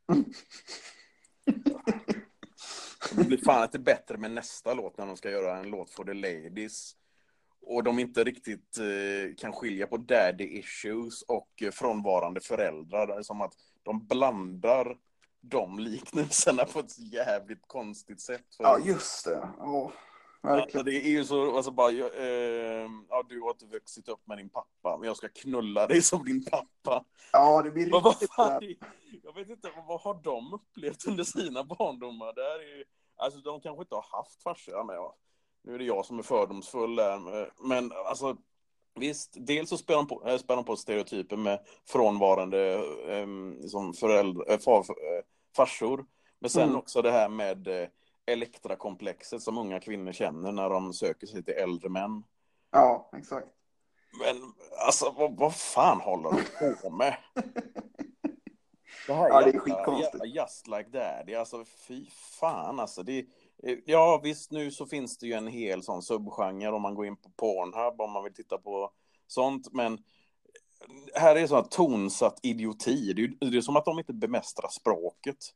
Det blir fan inte bättre med nästa låt när de ska göra en låt för the ladies. Och de inte riktigt eh, kan skilja på daddy issues och eh, frånvarande föräldrar. Det är som att de blandar de liknelserna på ett jävligt konstigt sätt. För Ja, just det. Oh, verkligen. ja, det är ju så, alltså bara, eh, ja, du har inte vuxit upp med din pappa, men jag ska knulla dig som din pappa. Ja, det blir Vad, vad riktigt fan, där. jag vet inte, vad, vad har de upplevt under sina barndomar? Det här är ju, alltså de kanske inte har haft farsor, men ja, nu är det jag som är fördomsfull där. Men alltså, visst, dels så spelar de på, äh, spelar de på stereotyper med frånvarande äh, som föräldrar, äh, far, äh, farsor. Men sen Mm. också det här med äh, elektrakomplexet som unga kvinnor känner när de söker sig till äldre män. Ja, exakt. Men alltså, vad, vad fan håller de på med? Det här Ja, det är jävla, skitkonstigt. jävla Just Like Daddy, alltså fy fan alltså. Det, ja visst, nu så finns det ju en hel sån subgenre om man går in på Pornhub om man vill titta på sånt, men här är sån tonsatt idioti. Det är, det är som att de inte bemästrar språket.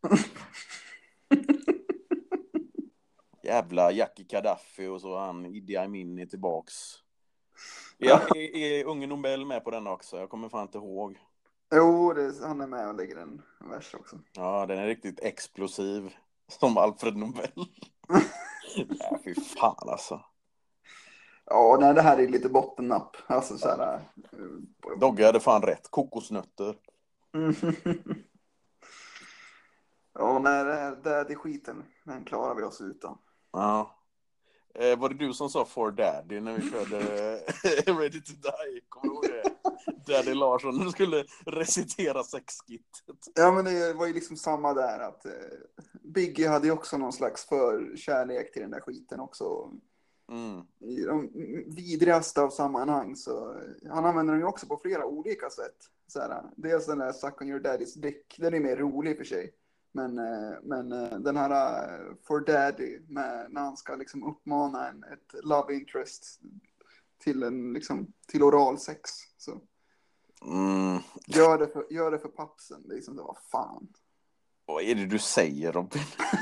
Jävla Jackie Gaddafi och så han Idi Amin är tillbaks. Ja, är, är Unge Nobel med på den också? Jag kommer fan inte ihåg. Jo, det, han är med och lägger en vers också. Ja, den är riktigt explosiv. Som Alfred Nobel. Ja, fy fan alltså. Ja, nej, det här är lite bottennapp. Alltså så här... Uh, Dogge hade fan rätt. Kokosnötter. Ja, nej, det, det, det är skiten. Den klarar vi oss utan. Ja. Eh, var det du som sa For Daddy när vi körde Ready to Die? Kommer du ihåg det? Daddy Larsson, du skulle recitera sexskittet. Ja, men det var ju liksom samma där. Att eh, Biggie hade ju också någon slags förkärlek till den där skiten också. Mm. I de vidrigaste av sammanhang. Så han använder den ju också på flera olika sätt. Så här, dels den där Suck on your daddy's dick. Den är mer rolig för sig. Men, men den här For Daddy, med, när han ska liksom uppmana en, ett love interest till, en, liksom, till oral sex. Så. Mm. Gör, det för, gör det för pappsen. Det är som det var fan. Vad är det du säger, Robin?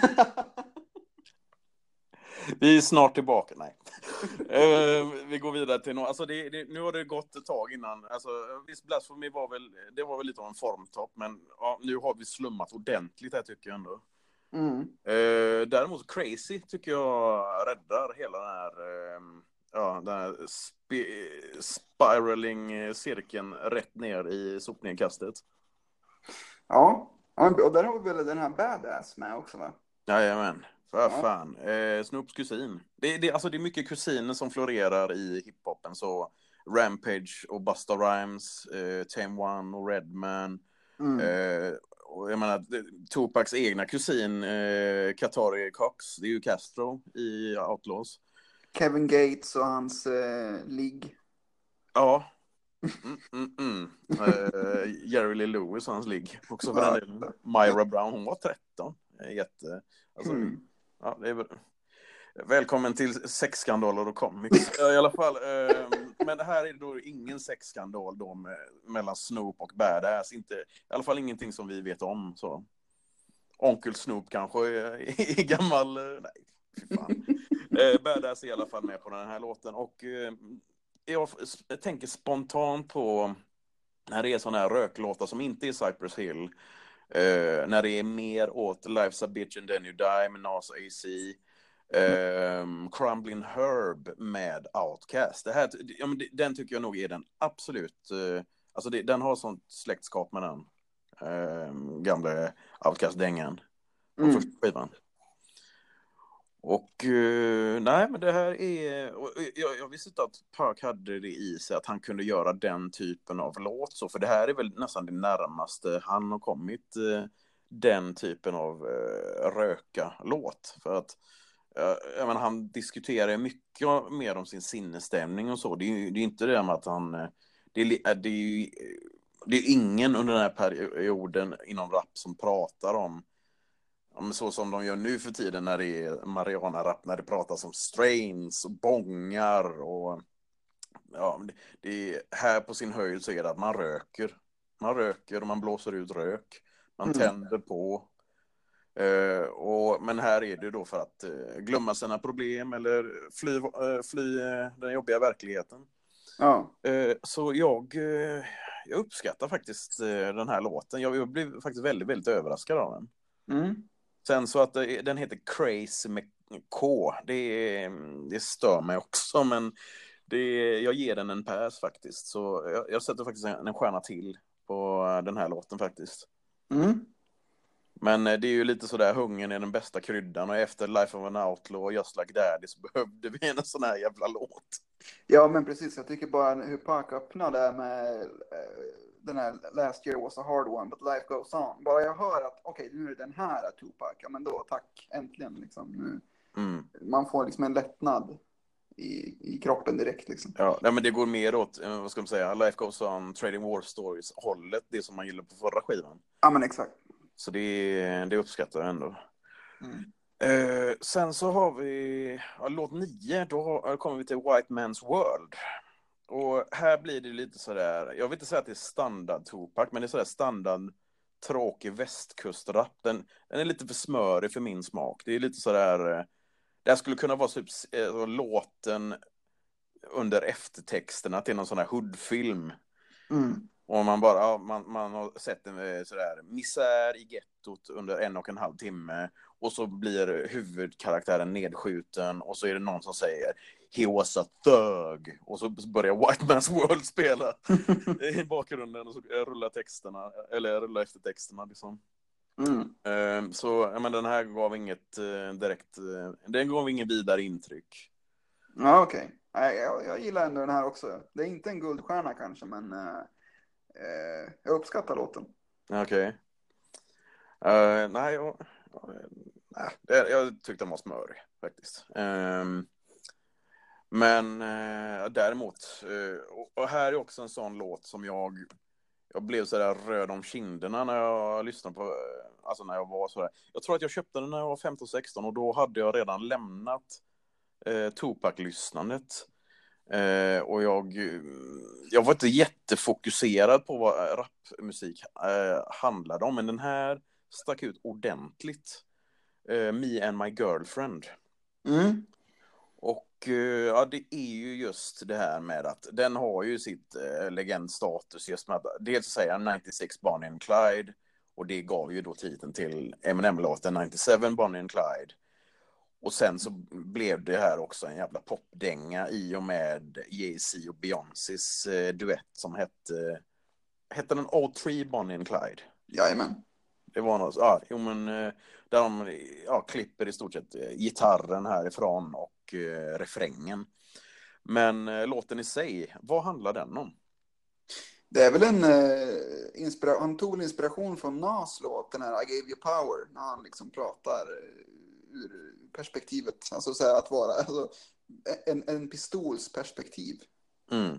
Vi är snart tillbaka. Nej. uh, vi går vidare till något. Alltså det, det, nu har det gått ett tag innan. Alltså, visst, Blasphemy var väl, det var väl lite av en formtopp. Men ja, nu har vi slummat ordentligt här, tycker jag ändå. Mm. Uh, däremot Crazy tycker jag räddar hela den här, uh, ja, den här sp- spiraling cirkeln rätt ner i sopnedkastet. Ja, och där har vi väl den här Badass med också, va? Jajamän. För Ja. fan. Eh, Snoops kusin. Det, det, alltså det är mycket kusiner som florerar i hiphopen. Så Rampage och Busta Rhymes, eh, Tame One och Redman. Mm. Eh, och jag menar, Tupacs egna kusin, eh, Katari Cox, det är ju Castro i Outlaws. Kevin Gates och hans eh, ligg. Ja. Mm, mm, mm. Eh, Jerry Lee Lewis och hans ligg. Också för Ja. den delen. Myra Brown, hon var tretton. Jätte... Alltså, Mm. ja, det är väl... Välkommen till sexskandaler och comics. I alla fall. Eh, men här är det då ingen sexskandal då med, mellan Snoop och Badass. Inte, i alla fall ingenting som vi vet om. Så. Onkel Snoop kanske är, är gammal... Nej, fy fan. Eh, Badass är i alla fall med på den här låten. Och eh, jag tänker spontant på när det är sådana här röklåtar som inte är Cypress Hill. Eh, när det är mer åt Life's a Bitch and Then You Die med Nas A C. Um, Crumbling Herb med Outkast. Det här, ja, men det, den tycker jag nog är den absolut, uh, alltså det, den har sånt släktskap med den um, gamla Outkast-dängan på Mm. första skivan. Och uh, nej, men det här är, och, jag, jag visste inte att Park hade det i sig att han kunde göra den typen av låt så, för det här är väl nästan det närmaste han har kommit uh, den typen av uh, röka-låt, för att jag menar, han diskuterar mycket mer om sin sinnesstämning och så. Det är ju det är inte det med att han... Det är, det är ju det är ingen under den här perioden inom rap som pratar om, om så som de gör nu för tiden när det är Mariana-rap, när det pratas om strains och bongar och... Ja, det är, här på sin höjd så är det att man röker. Man röker och man blåser ut rök. Man Mm. tänder på. Uh, och, men här är det då för att uh, glömma sina problem eller fly, uh, fly uh, den jobbiga verkligheten. Ja. Uh, så jag, uh, jag uppskattar faktiskt uh, den här låten. Jag, jag blev faktiskt väldigt, väldigt överraskad av den. Mm. Sen så att uh, den heter Crazy med K. Det, det stör mig också, men det, jag ger den en pass faktiskt. Så jag, jag sätter faktiskt en, en stjärna till på uh, den här låten faktiskt. Mm. Men det är ju lite sådär, hungern är den bästa kryddan. Och efter Life of an Outlaw och Just Like Daddy så behövde vi en sån här jävla låt. Ja, men precis. Jag tycker bara hur Park öppnade med eh, den här Last Year Was a Hard One, But Life Goes On. Bara jag hör att okej, okay, nu är det den här Tupac. Ja, men då, tack. Äntligen liksom. Nu, Mm. Man får liksom en lättnad i, i kroppen direkt liksom. Ja, nej, men det går mer åt, vad ska man säga, Life Goes On, Trading War Stories hållet. Det som man gillade på förra skivan. Ja, men exakt. Så det, det uppskattar jag ändå. Mm. Eh, sen så har vi ja, låt nio, då har, kommer vi till White Man's World. Och här blir det lite sådär, jag vill inte säga att det är standard Tupac, men det är sådär standard tråkig västkustrapp. Den, den är lite för smörig för min smak. Det är lite sådär, det här skulle kunna vara typ äh, låten under eftertexterna till någon sån här hoodfilm. Mm. Och man bara, ja, man, man har sett en sådär misär i gettot under en och en halv timme. Och så blir huvudkaraktären nedskjuten. Och så är det någon som säger He was a thug. Och så börjar White Man's World spela i bakgrunden. Och så rullar texterna, eller rullar efter texterna liksom. Mm. Så ja, men den här gav inget direkt, den gav ingen vidare intryck. Ja, okej. Okay. Jag, jag gillar ändå den här också. Det är inte en guldstjärna kanske, men eh, eh, jag uppskattar låten. Okej. Okay. Uh, nej, jag, nej det, jag tyckte den var smörig faktiskt. Um, men uh, däremot, uh, och, och här är också en sån låt som jag jag blev så där röd om kinderna när jag lyssnade på, alltså när jag var så där. Jag tror att jag köpte den när jag var femton sexton och då hade jag redan lämnat uh, Tupac-lyssnandet. Uh, och jag jag var inte jättefokuserad på vad rapmusik uh, handlade om, men den här stack ut ordentligt. Uh, Me and My Girlfriend. Mm. Och uh, ja, det är ju just det här med att den har ju sitt uh, legendstatus just med att dels säger nittiosex Bonnie and Clyde, och det gav ju då titeln till Eminem-låten nittiosju Bonnie and Clyde. Och sen så blev det här också en jävla popdänga i och med Jay-Z och Beyoncés uh, duett som hette uh, hette den All Three Bonnie and Clyde. Jajamän. Det var något, ja, jo men där de ja, klipper i stort sett gitarren härifrån och eh, refrängen. Men eh, låten i sig, vad handlar den om? Det är väl en eh, inspira- han tog inspiration från Nas låt, den här I Gave You Power, när han liksom pratar eh, ur perspektivet, alltså så här att vara alltså, en, en pistols perspektiv. Mm.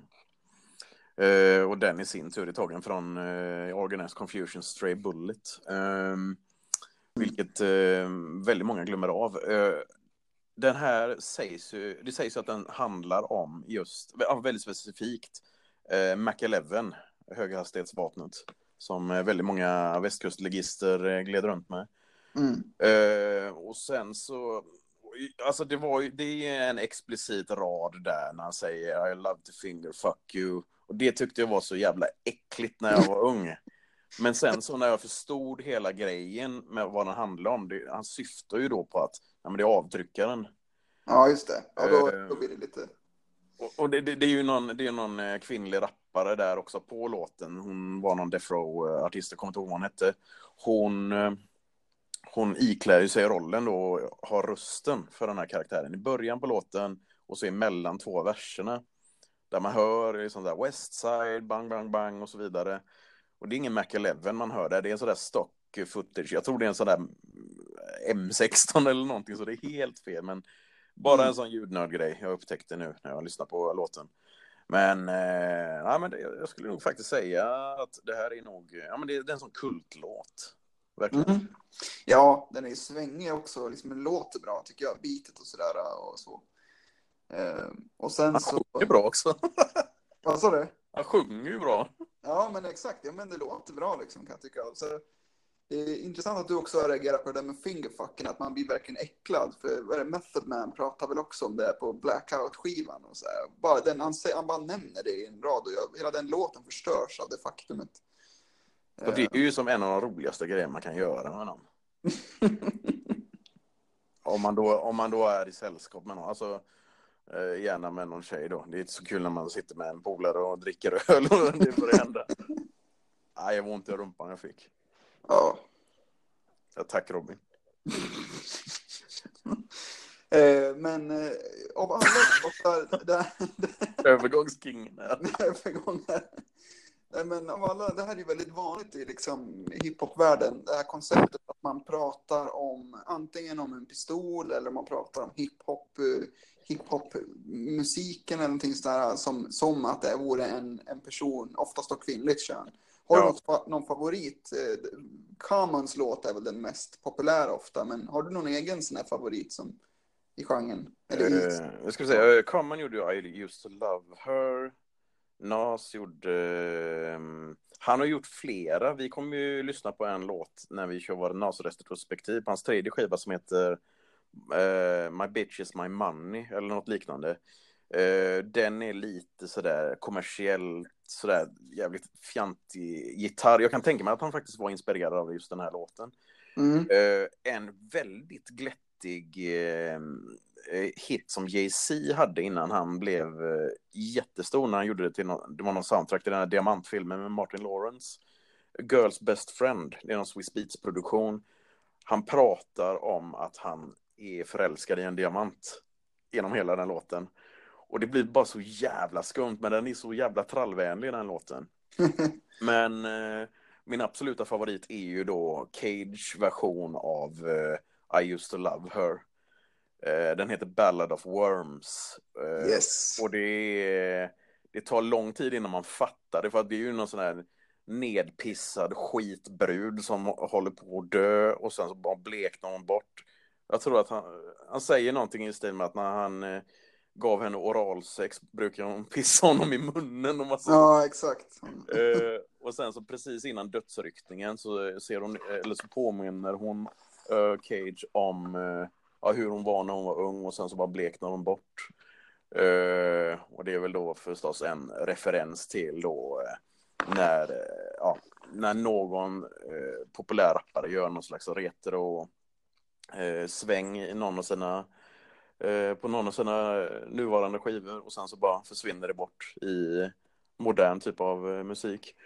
Uh, och den i sin tur är tagen från uh, Organized Confusion Stray Bullet. Um, vilket uh, väldigt många glömmer av. Uh, den här sägs ju, det sägs att den handlar om just, väldigt specifikt, uh, Mac elva, höghastighetsvapnet, som uh, väldigt många västkustlegister uh, gled runt med. Mm. Uh, och sen så, alltså det var ju, det är en explicit rad där när han säger I love to finger fuck you. Och det tyckte jag var så jävla äckligt när jag var ung. Men sen så när jag förstod hela grejen med vad den handlar om, det, han syftar ju då på att ja, men det är avtryckaren. Ja, just det. Ja, då, Uh, då blir det lite... Och, och det, det, det är ju någon, det är någon kvinnlig rappare där också på låten. Hon var någon Death Row-artist, jag kommer inte ihåg vad hon hette. Hon, hon iklär ju sig rollen då och har rösten för den här karaktären i början på låten och så emellan två verserna. Där man hör liksom där Westside, bang, bang, bang och så vidare. Och det är ingen Mac elva man hör där. Det är en sån där stock footage. Jag tror det är en sån där M sexton eller någonting, så det är helt fel. Men bara Mm. en sån ljudnördgrej jag upptäckte nu när jag lyssnar på låten. Men, eh, ja, men det, jag skulle nog faktiskt säga att det här är nog, ja men det, det är en sån kultlåt. Verkligen. Mm. Ja, den är ju svängig också. Liksom, den låter bra tycker jag. Beatet och sådär och så. Eh, och sen Han så... sjunger bra också. Vad sa du? Han sjunger ju bra. Ja, men exakt. Ja, men det låter bra liksom, kan jag tycka. Så, det är intressant att du också reagerar på det där med fingerfucken, att man blir verkligen äcklad. För vad är det, Method Man pratar väl också om det på Blackout-skivan. Och så här. Bara den, han, säger, han bara nämner det i en rad och jag, hela den låten förstörs av det faktumet. Och det är ju som en av de roligaste grejer man kan göra med någon. om, man då, om man då är i sällskap med någon. Alltså, eh, gärna med någon tjej då. Det är inte så kul när man sitter med en polare och dricker öl och det börjar hända. Nej, jag var inte i rumpan jag fick. Ja. Ja, tack Robin. eh, men eh, av alla låtar... det, det, Övergångskingen. övergångar. Nej, men av alla, det här är väldigt vanligt i liksom hiphop-världen. Det här konceptet att man pratar om antingen om en pistol eller man pratar om hiphop, hiphop-musiken eller någonting sådär, som, som att det vore en, en person, oftast av kvinnligt kön. Har Ja. du något, någon favorit? Commons låt är väl den mest populära ofta, men har du någon egen sån här favorit som i genren? Eller i... Uh, jag ska säga, Common gjorde ju I used to love her. Nas gjorde... Um, han har gjort flera. Vi kommer ju lyssna på en låt när vi kör vår Nas-retrospektiv på hans tredje skiva som heter uh, My Bitch is My Money eller något liknande. Uh, den är lite sådär kommersiellt, sådär jävligt fjantig gitarr. Jag kan tänka mig att han faktiskt var inspirerad av just den här låten. Mm. Uh, en väldigt glättig uh, hit som Jay-Z hade innan han blev uh, jättestor när han gjorde det till någon, det var någon soundtrack till den här diamantfilmen med Martin Lawrence. Girl's Best Friend, det är någon Swiss Beats-produktion. Han pratar om att han är förälskad i en diamant genom hela den låten. Och det blir bara så jävla skumt, men den är så jävla trallvänlig den låten. Men eh, min absoluta favorit är ju då Cage version av eh, I used to love her. Eh, den heter Ballad of Worms. Eh, Yes. Och det, det tar lång tid innan man fattar det, för att det är ju någon sån här nedpissad skitbrud som håller på att dö och sen så bara bleknar hon bort. Jag tror att han, han säger någonting i stil med att när han eh, gav henne oralsex brukar hon pissa honom i munnen och massa. Ja, exakt. Eh, och sen så precis innan dödsryckningen så ser hon, eller så påminner hon uh, Cage om uh, ja, hur hon var när hon var ung, och sen så bara bleknar hon bort. Uh, och det är väl då förstås en referens till då uh, när, uh, ja, när någon uh, populär rappare gör någon slags retro uh, sväng i någon av sina uh, på någon av sina nuvarande skivor, och sen så bara försvinner det bort i modern typ av uh, musik.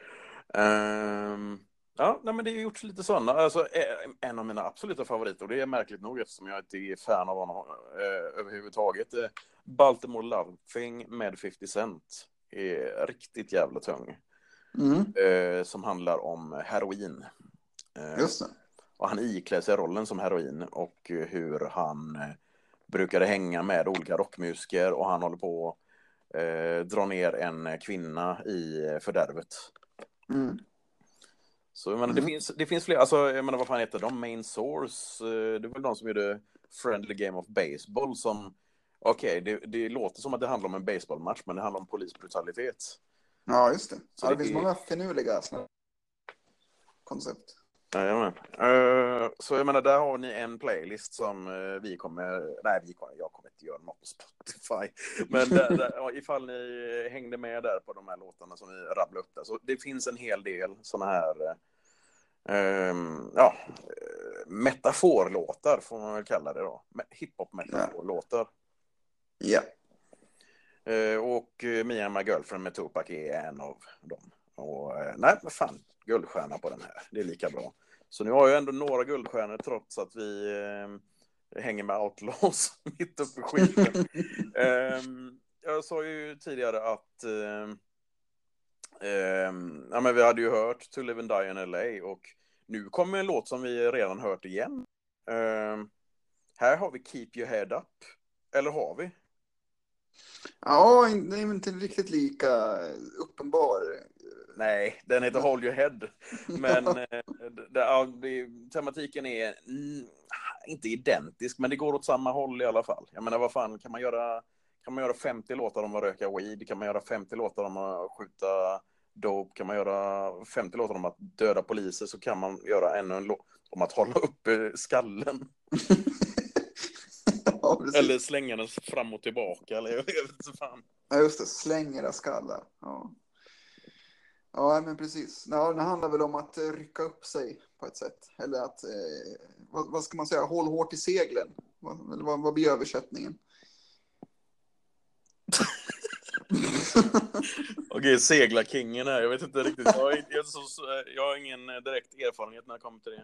Um, ja, nej, men det har gjorts lite sådana. Alltså, en av mina absoluta favoriter, och det är märkligt nog eftersom jag inte är fan av honom eh, överhuvudtaget. Eh, Baltimore Love Thing med fifty Cent är riktigt jävla tung. Mm. Eh, som handlar om heroin. Eh, Just det. Och han iklär sig rollen som heroin, och hur han eh, brukade hänga med olika rockmusiker, och han håller på att eh, dra ner en kvinna i fördärvet. Mm. Så jag menar, Mm. det finns det finns fler, alltså jag menar, vad fan heter de? Main Source, det är väl de som gjorde Friendly Game of Baseball, som okej, okay, det, det låter som att det handlar om en baseballmatch, men det handlar om polisbrutalitet. Ja, just det. Så ja, det, det finns är... många finurliga såna koncept. Jajamän. Uh, så jag menar, där har ni en playlist som uh, vi kommer, nej vi kommer, jag kommer inte göra något på Spotify, men där, där, ja, ifall ni hängde med där på de här låtarna som vi rabblade upp där, så det finns en hel del såna här uh, ja, metaforlåtar får man väl kalla det då, hiphop metaforlåtar. Ja. Uh, och uh, Me and My Girlfriend med Tupac är en av dem. Och uh, nej, men fan, guldstjärna på den här, det är lika bra. Så nu har jag ändå några guldstjärnor, trots att vi eh, hänger med Outlaws mitt uppe i skiten. eh, jag sa ju tidigare att eh, eh, ja, men vi hade ju hört To Live and Die in L A, och nu kommer en låt som vi redan hört igen. Eh, här har vi Keep Your Head Up. Eller har vi? Ja, det är inte riktigt lika uppenbar. Nej, den heter Hold Your Head. Men eh, det, ja, det, tematiken är mm, inte identisk, men det går åt samma håll i alla fall. Jag menar, vad fan, kan man göra, kan man göra femtio låtar om att röka weed? Kan man göra femtio låtar om att skjuta dope? Kan man göra femtio låtar om att döda poliser? Så kan man göra ännu en låt om att hålla uppe skallen. Ja, eller slänga den fram och tillbaka. Eller jag vet inte fan. Ja, just det. Släng era skallar. Ja. Ja, men precis. Ja, det handlar väl om att eh, rycka upp sig på ett sätt. Eller att, eh, vad, vad ska man säga, håll hårt i seglen. Vad, eller vad, vad blir översättningen? Okej, seglarkingen här. Jag vet inte riktigt. Jag har, jag, så, jag har ingen direkt erfarenhet när det kommer till det.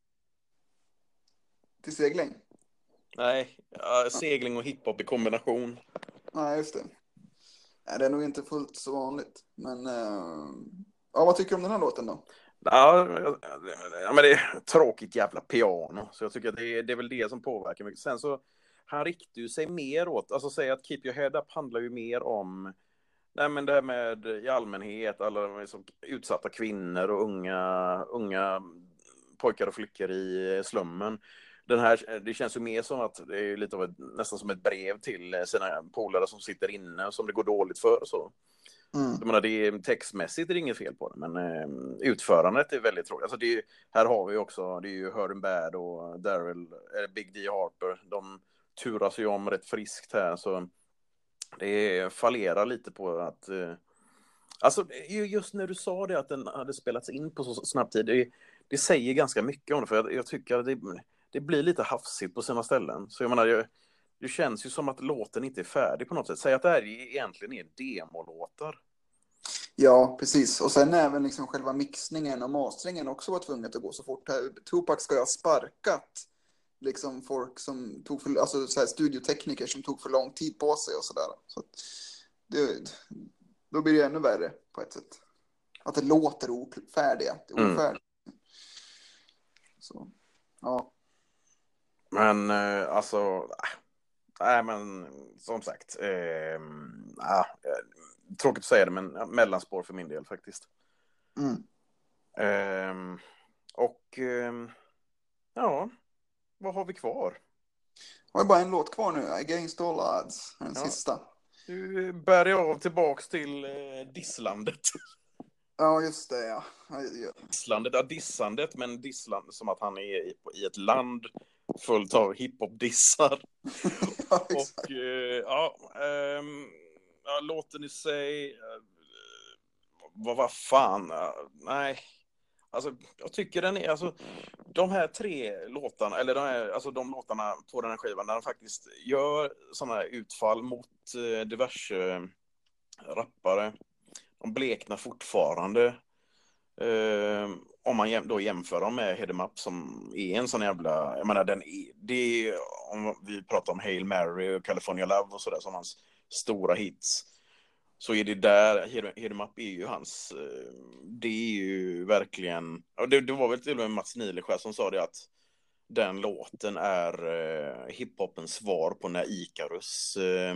Till segling? Nej, ja, segling och hiphop i kombination. Nej, just det. Nej, det är nog inte fullt så vanligt. Men, eh, ja, vad tycker du om den här låten då? Ja, ja, men det är tråkigt jävla piano. Så jag tycker att det är, det är väl det som påverkar mycket. Sen så, han riktar ju sig mer åt, alltså säga att Keep Your Head Up handlar ju mer om, nej men det här med i allmänhet, alla liksom utsatta kvinnor och unga, unga pojkar och flickor i slummen. Den här, det känns ju mer som att det är lite av ett, nästan som ett brev till sina polare som sitter inne och som det går dåligt för och så. Mm. Jag menar, det är, textmässigt är det inget fel på det, men eh, utförandet är väldigt tråkigt. Alltså det är, här har vi också, det är ju Hurting Bad och Daryl, eh, Big D Harper, de turas ju om rätt friskt här, så det fallerar lite på att eh, alltså just när du sa det att den hade spelats in på så snabb tid, det, det säger ganska mycket om det, för jag, jag tycker att det, det blir lite hafsigt på sina ställen. Så jag menar, jag, det känns ju som att låten inte är färdig på något sätt. Säg att det här egentligen är demolåtar. Ja, precis. Och sen även liksom själva mixningen och masteringen också var tvunget att gå så fort. Tupac ska ju ha sparkat liksom folk som tog för, alltså så här studiotekniker som tog för lång tid på sig och sådär. Så att det, då blir det ännu värre på ett sätt. Att det låter ofärdiga, ofärdigt. Mm. Så, ja. Men eh, alltså, nej men som sagt, eh, äh, tråkigt att säga det, men ja, mellanspår för min del faktiskt. Mm. Eh, och eh, ja, vad har vi kvar? Jag har bara en låt kvar nu, Against All Odds, den ja. sista. Du bär jag av tillbaks till eh, Disslandet. Ja, just det, ja. Disslandet, ja, dissandet, men dissland som att han är i, i ett land fullt av hiphop-dissar. Ja, och eh, ja, eh, ja, låten i sig, eh, vad, vad fan, eh, nej. Alltså, jag tycker den är, alltså, de här tre låtarna, eller de, här, alltså, de låtarna på den här skivan, där de faktiskt gör sådana här utfall mot eh, diverse eh, rappare. De bleknar fortfarande. Eh, om man jäm, då jämför dem med Hit 'em Up som är en sån jävla, jag menar, den är, det är, om vi pratar om Hail Mary och California Love och sådär som hans stora hits, så är det där, Hit 'em Up är ju hans, det är ju verkligen, det, det var väl till och med Mats Nileskär som sa det, att den låten är eh, hiphopens svar på när Icarus eh,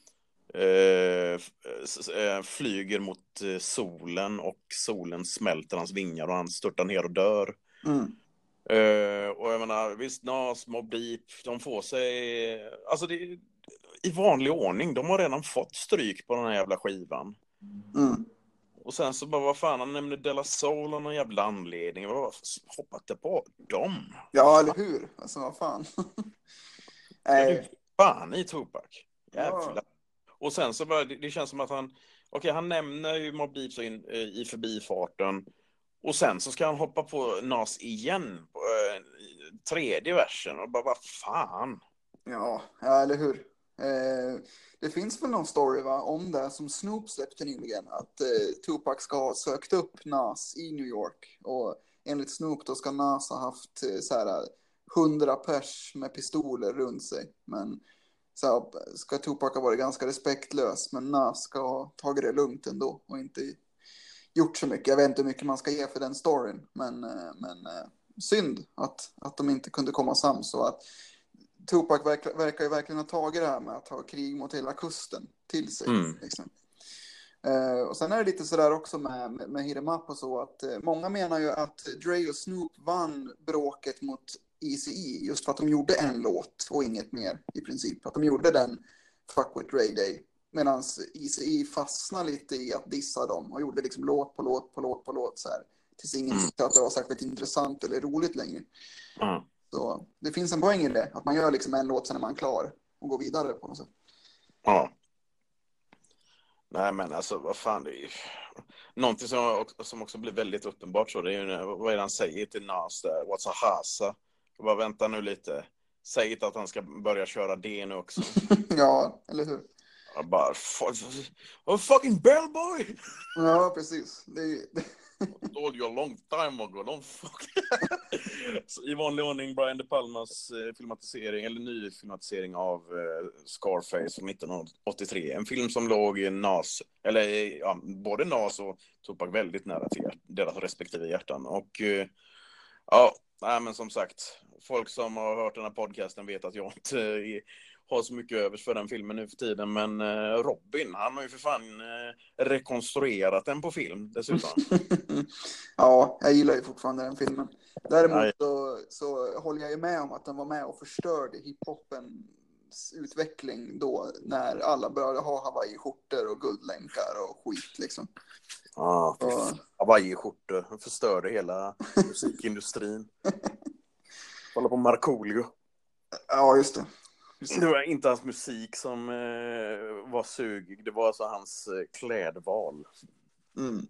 eh, flyger mot solen och solen smälter hans vingar och han störtar ner och dör. Mm. Eh, och jag menar, visst, Nas, Mobb Deep, de får sig, alltså det är i vanlig ordning, de har redan fått stryk på den här jävla skivan. Mm. Och sen så bara, vad fan, han nämnde De La Soul av någon jävla anledning. Vad hoppat det på dem? Ja, eller hur? Alltså, vad fan. Ska du fan i Tupac? Jävlar. Ja. Och sen så bara, det, det känns som att han, okej, okay, han nämner ju Mobb Deep så in, i förbifarten. Och sen så ska han hoppa på Nas igen på äh, tredje versen. Och bara, vad fan? Ja, ja eller hur? Eh, det finns väl någon story va, om det som Snoop släppte nyligen. Att eh, Tupac ska ha sökt upp Nas i New York. Och enligt Snoop då ska Nas ha haft eh, så här hundra pers med pistoler runt sig. Men så här, ska Tupac ha varit ganska respektlös. Men Nas ska ha tagit det lugnt ändå och inte gjort så mycket. Jag vet inte hur mycket man ska ge för den storyn. Men, eh, men eh, synd att, att de inte kunde komma sams. Och att Tupac verkar, verkar ju verkligen ha tagit det här med att ha krig mot hela kusten till sig. Mm. Liksom. Uh, och sen är det lite sådär också med, med, med Hit 'em Up och så att uh, många menar ju att Dre och Snoop vann bråket mot E-Z-E just för att de gjorde en låt och inget mer i princip. Att de gjorde den Fuck With Dre Day. Medan E-Z-E fastnade lite i att dissa dem och gjorde liksom låt på låt på låt på låt så här. Tills ingen Mm. tyckte att det var särskilt intressant eller roligt längre. Mm. Så det finns en poäng i det. Att man gör liksom en låt sen är man klar och går vidare på något sätt. Ja. Nej men alltså vad fan, det är ju någonting som också, som också blir väldigt uppenbart så, det är ju, vad är det han säger till Nas där, what's a hasa? Jag bara vänta nu lite, säg inte att han ska börja köra det nu också. Ja, eller hur? Jag bara, oh, fucking bellboy! Ja, precis. Det är told you a long time ago, don't fuck. Så i vanlig ordning Brian De Palmas eh, filmatisering, eller ny filmatisering av eh, Scarface från nittonhundraåttiotre. En film som låg i Nas, eller ja, både Nas och Tupac väldigt nära till deras respektive hjärtan. Och eh, ja, nej, men som sagt, folk som har hört den här podcasten vet att jag inte är, har så mycket övers för den filmen nu för tiden, men eh, Robin, han har ju för fan eh, rekonstruerat den på film dessutom. Ja, jag gillar ju fortfarande den filmen. Däremot så, så håller jag ju med om att den var med och förstörde hiphopens utveckling då, när alla började ha Hawaii-skjortor och guldlänkar och skit liksom. Ja, ah, Hawaii-skjortor förstörde hela musikindustrin. Kolla på Markoolio. Ja, just det. Det var inte hans musik som eh, var sugig. Det var alltså hans eh, klädval. Mm.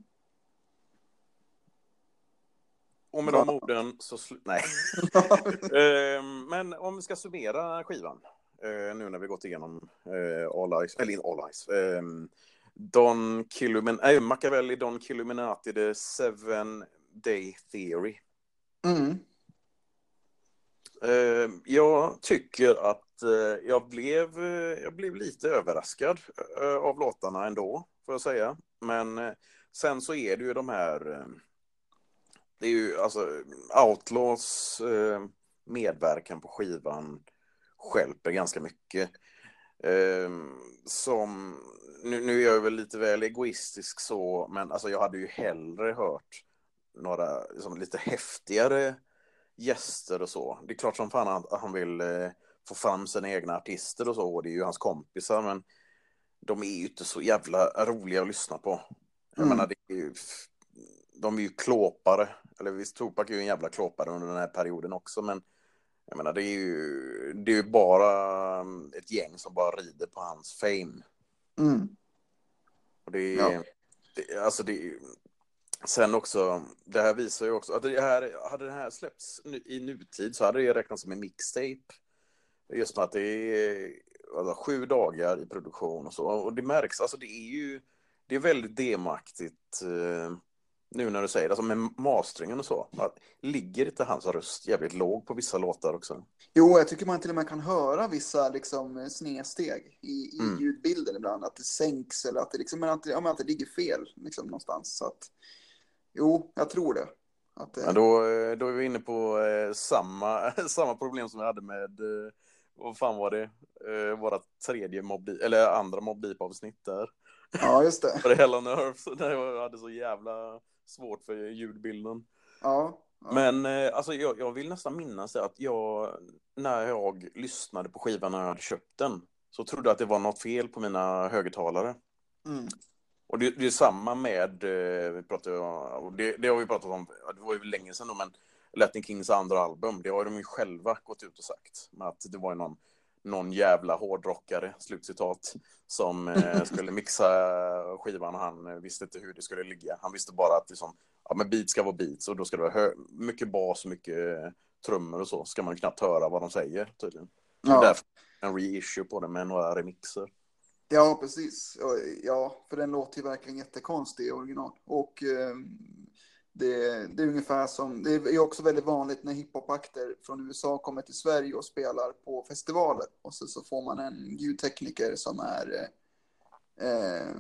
Och med de orden så... Sl- Nej. eh, men om vi ska summera skivan. Eh, nu när vi gått igenom eh, All Eyes. Eller inte All Eyes. Eh, Don Killuminati. Äh, Machiavelli, Don Killuminati, The Seven Day Theory. Mm. Eh, jag tycker att eh, jag, blev, eh, jag blev lite överraskad eh, av låtarna ändå, får jag säga. Men eh, sen så är det ju de här... Eh, det är ju alltså Outlaws eh, medverkan på skivan stjälper ganska mycket. Eh, som, nu, nu är jag väl lite väl egoistisk så, men alltså jag hade ju hellre hört några liksom, lite häftigare gäster och så. Det är klart som fan att han vill eh, få fram sina egna artister och så, och det är ju hans kompisar, men de är ju inte så jävla roliga att lyssna på. Jag Mm. menar, det är ju, de är ju klåpare, eller visst, Tupac är ju en jävla klåpare under den här perioden också, men jag menar, det är ju, det är ju bara ett gäng som bara rider på hans fame. Mm. Och det Ja. är, det, alltså det är, sen också, det här visar ju också att det här, hade det här släppts i nutid så hade det räknats som en mixtape. Just med att det är alltså, sju dagar i produktion och så. Och det märks, alltså det är ju, det är väldigt demaktigt eh, nu när du säger det, alltså med masteringen och så. Att, ligger inte hans röst jävligt låg på vissa låtar också? Jo, jag tycker man till och med kan höra vissa liksom snedsteg i, i Mm. ljudbilden ibland. Att det sänks eller att det, liksom, men att, det, ja, men att det ligger fel liksom, någonstans. Så att, jo, jag tror det. Att det... Ja, då, då är vi inne på eh, samma, samma problem som vi hade med, eh, vad fan var det? Eh, våra tredje Mobb Deep, eller andra Mobb Deep-avsnitt där. Ja, just det. Var det Hell on Earth, där jag hade så jävla svårt för ljudbilden. Ja. Ja. Men eh, alltså, jag, jag vill nästan minnas det att jag, när jag lyssnade på skivan när jag hade köpt den, så trodde jag att det var något fel på mina högtalare. Mm. Och det, det är samma med, eh, vi pratade, och det, det har vi pratat om, det var ju länge sedan då, men Latin Kings andra album, det har de ju själva gått ut och sagt. Med att det var ju någon, någon jävla hårdrockare, slutcitat, som eh, skulle mixa skivan och han visste inte hur det skulle ligga. Han visste bara att liksom, ja, men beat ska vara beats och då ska det vara hö- mycket bas och mycket eh, trummor och så. Ska man knappt höra vad de säger tydligen. Ja. Och därför en reissue på det med några remixer. Ja, precis. Ja, för den låter ju verkligen jättekonstig i original. Och eh, det, det är ungefär som, det är också väldigt vanligt när hiphopakter från U S A kommer till Sverige och spelar på festivaler. Och så, så får man en ljudtekniker som är eh,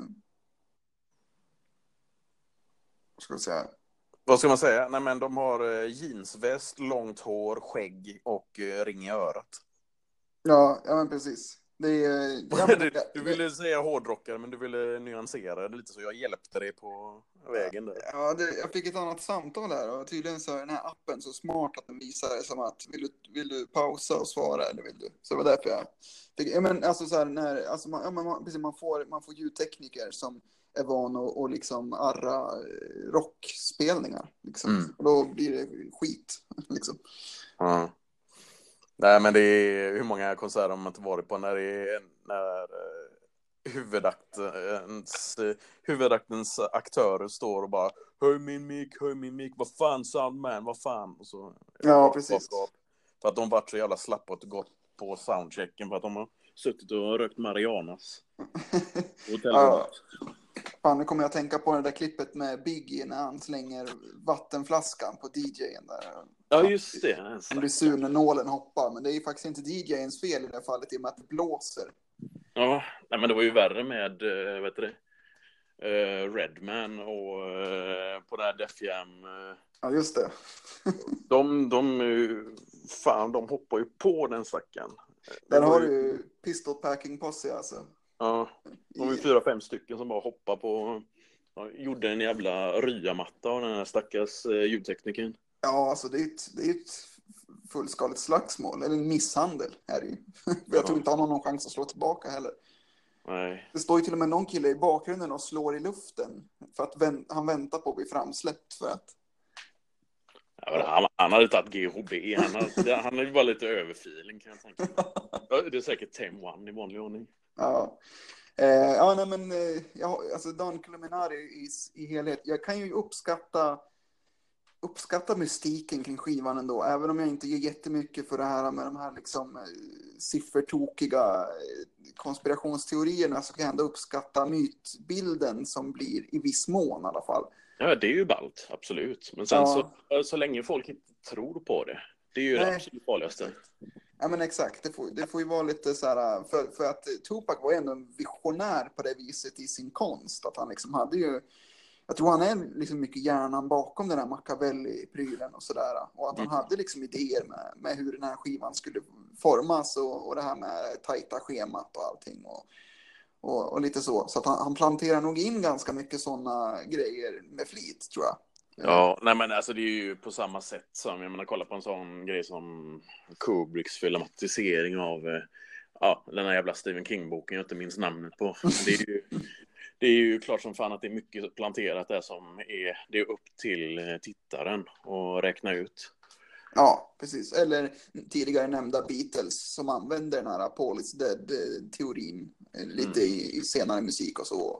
vad ska jag säga? Vad ska man säga? Nej, men de har eh, jeansväst, långt hår, skägg och eh, ring i örat. Ja, ja men precis. Det är, ja, men, du, du ville säga hårdrockare, men du ville nyansera det lite, så jag hjälpte dig på vägen där. Ja, det, jag fick ett annat samtal här och tydligen så är den här appen så smart att den visar det som att vill du, vill du pausa och svara eller vill du? Så det var därför jag fick, ja, men alltså så här, när, alltså man, ja, man, precis, man, får, man får ljudtekniker som är van att och liksom arra rockspelningar liksom. Mm. Och då blir det skit liksom. Ja. Nej, men det är hur många konserter har man inte varit på när det är när eh, huvudaktens, eh, huvudaktens aktörer står och bara höj min mick, höj min mick, vad fan soundman, vad fan, och så. Ja, precis. För att de varit så jävla slappa och gått på soundchecken för att de har suttit och rökt marijuanas. Ja. Fan, nu kommer jag att tänka på det där klippet med Biggie när han slänger vattenflaskan på D J:n där. Ja, just det. Han blir sur när nålen hoppar, men det är ju faktiskt inte D J:ns fel i det här fallet i och med att det blåser. Ja, nej, men det var ju värre med, äh, vet du det, uh, Redman och uh, på det här Def Jam. Uh, ja, just det. de, de, uh, fan, de hoppar ju på den stacken. Där har du ju pistol packing posse alltså. Ja, de var ju fyra, fem stycken som bara hoppar på, ja, gjorde en jävla ryamatta av den här stackars uh, ljudtekniken. Ja, alltså det är ett, det är ett fullskaligt slagsmål, eller en misshandel är det ju. Jag tror inte han har någon chans att slå tillbaka heller. Nej. Det står ju till och med någon kille i bakgrunden och slår i luften för att vän- han väntar på att bli framsläppt för att... Ja, han, han hade tagit G H B, han hade, han hade ju bara lite överfeeling kan jag tänka. Det är säkert Tem One i vanlig ordning. Ja. Eh, ja, nej men eh, ja, alltså Don Columinari i, i helhet. Jag kan ju uppskatta uppskatta mystiken kring skivan ändå, även om jag inte ger jättemycket för det här med de här liksom eh, siffertokiga eh, konspirationsteorierna, så kan jag ändå uppskatta mytbilden som blir i viss mån i alla fall. Ja, det är ju ballt, absolut. Men sen Ja. så, så länge folk inte tror på det. Det är ju Nej. det absolut farligaste. Ja, men exakt. Det får, det får ju vara lite så här, för, för att Tupac var ju ändå en visionär på det viset i sin konst. Att han liksom hade ju, jag tror han är liksom mycket hjärnan bakom den här Machiavelli-prylen och sådär. Och att han Mm. hade liksom idéer med, med hur den här skivan skulle formas och, och det här med tajta schemat och allting. Och, och, och lite så. Så att han, han planterar nog in ganska mycket sådana grejer med flit, tror jag. Ja, nej men alltså det är ju på samma sätt som, jag menar, kolla på en sån grej som Kubricks filmatisering av eh, ja, den här jävla Stephen King-boken jag inte minns namnet på. Det är ju, det är ju klart som fan att det är mycket planterat där som är, det är upp till eh, tittaren att räkna ut. Ja, precis. Eller tidigare nämnda Beatles som använder den här Paul is dead-teorin eh, lite Mm. i, i senare musik och så.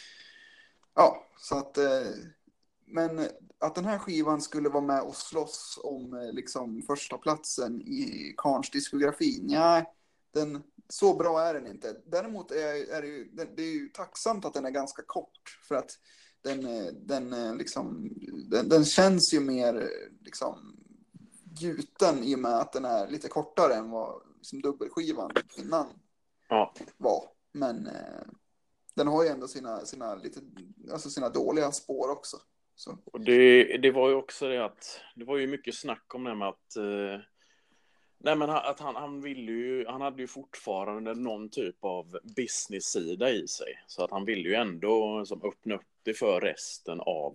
Ja, så att... Eh, men att den här skivan skulle vara med och slåss om eh, liksom första platsen i Carnes diskografi, nej, den, så bra är den inte. Däremot är, är det, ju, det, det är ju tacksamt att den är ganska kort, för att den, eh, den, eh, liksom, den, den känns ju mer eh, liksom gjuten i och med att den är lite kortare än vad som dubbelskivan innan Ja. var. Men eh, den har ju ändå sina, sina, lite, alltså sina dåliga spår också. Så. Och det, det var ju också det att det var ju mycket snack om det med att eh, nej men att han, han ville ju, han hade ju fortfarande någon typ av business-sida i sig, så att han ville ju ändå som öppna upp det för resten av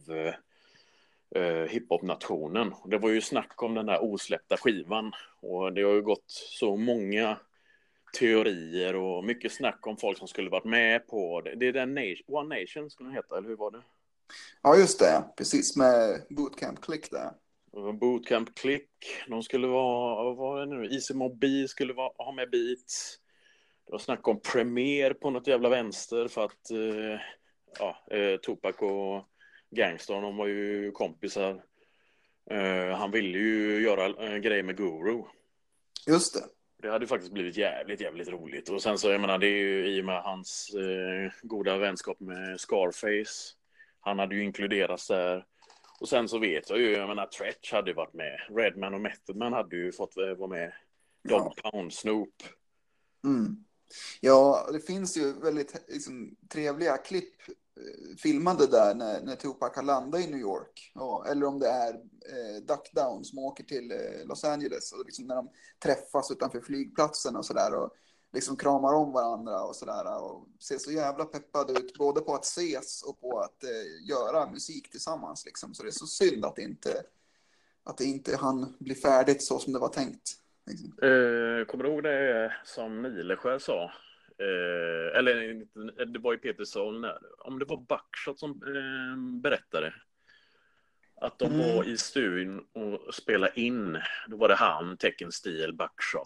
eh, hiphop-nationen. Det var ju snack om den där osläppta skivan, och det har ju gått så många teorier och mycket snack om folk som skulle varit med på det. Det är den Nation, One Nation skulle den heta, eller hur var det? Ja, just det. Precis, med Bootcamp Click där. Bootcamp Click. De skulle vara, vad var det nu? Easy Mobi skulle vara, ha med Beats. Det var snack om Premiere på något jävla vänster för att eh, ja, eh, Tupac och Gangstar, de var ju kompisar. Eh, han ville ju göra en grej med Guru. Just det. Det hade faktiskt blivit jävligt, jävligt roligt. Och sen så, jag menar, det är ju i och med hans eh, goda vänskap med Scarface. Han hade ju inkluderats där. Och sen så vet jag ju, jag menar, Tretch hade ju varit med. Redman och Method Man hade ju fått eh, vara med. Dog Ja. Pound, Snoop. Mm. Ja, det finns ju väldigt liksom, trevliga klipp eh, filmade där när, när Tupac har landat i New York. Ja, eller om det är eh, Duck Down som åker till eh, Los Angeles. Och liksom när de träffas utanför flygplatsen och sådär. Och liksom kramar om varandra och sådär. Och ser så jävla peppade ut. Både på att ses och på att eh, göra musik tillsammans. Liksom. Så det är så synd att det inte, att det inte han blir färdigt så som det var tänkt. Liksom. Eh, kommer du ihåg det som Mileskär sa? Eh, eller det var ju Peter Soln, om det var Buckshot som eh, berättade att de Mm. var i studion och spelade in. Då var det han, Tekken Steel, Buckshot.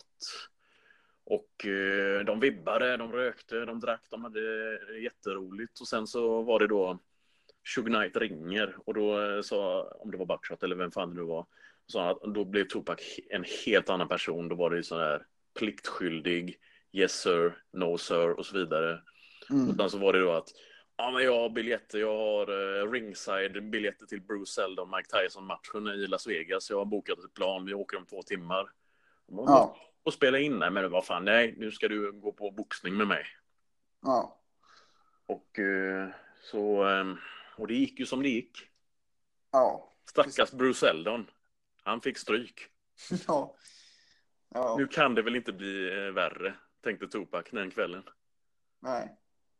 Och eh, de vibbade, de rökte, de drack, de hade jätteroligt. Och sen så var det då Suge Knight ringer. Och då eh, sa, om det var Buckshot eller vem fan det nu var, sa att då blev Tupac en helt annan person. Då var det sån här pliktskyldig, yes sir, no sir och så vidare. Mm. Och sen så var det då att ja, men jag har biljetter, jag har uh, ringside biljetter till Bruce Seldon, Mike Tyson-matchen i Las Vegas. Jag har bokat ett plan, vi åker om två timmar. Ja. Och spela in, nej men vad fan, nej, nu ska du gå på boxning med mig. Ja. Och uh, så, um, och det gick ju som det gick. Ja. Stackars Bruce Seldon, han fick stryk. Ja. Ja. Nu kan det väl inte bli uh, värre, tänkte Tupac den kvällen. Nej.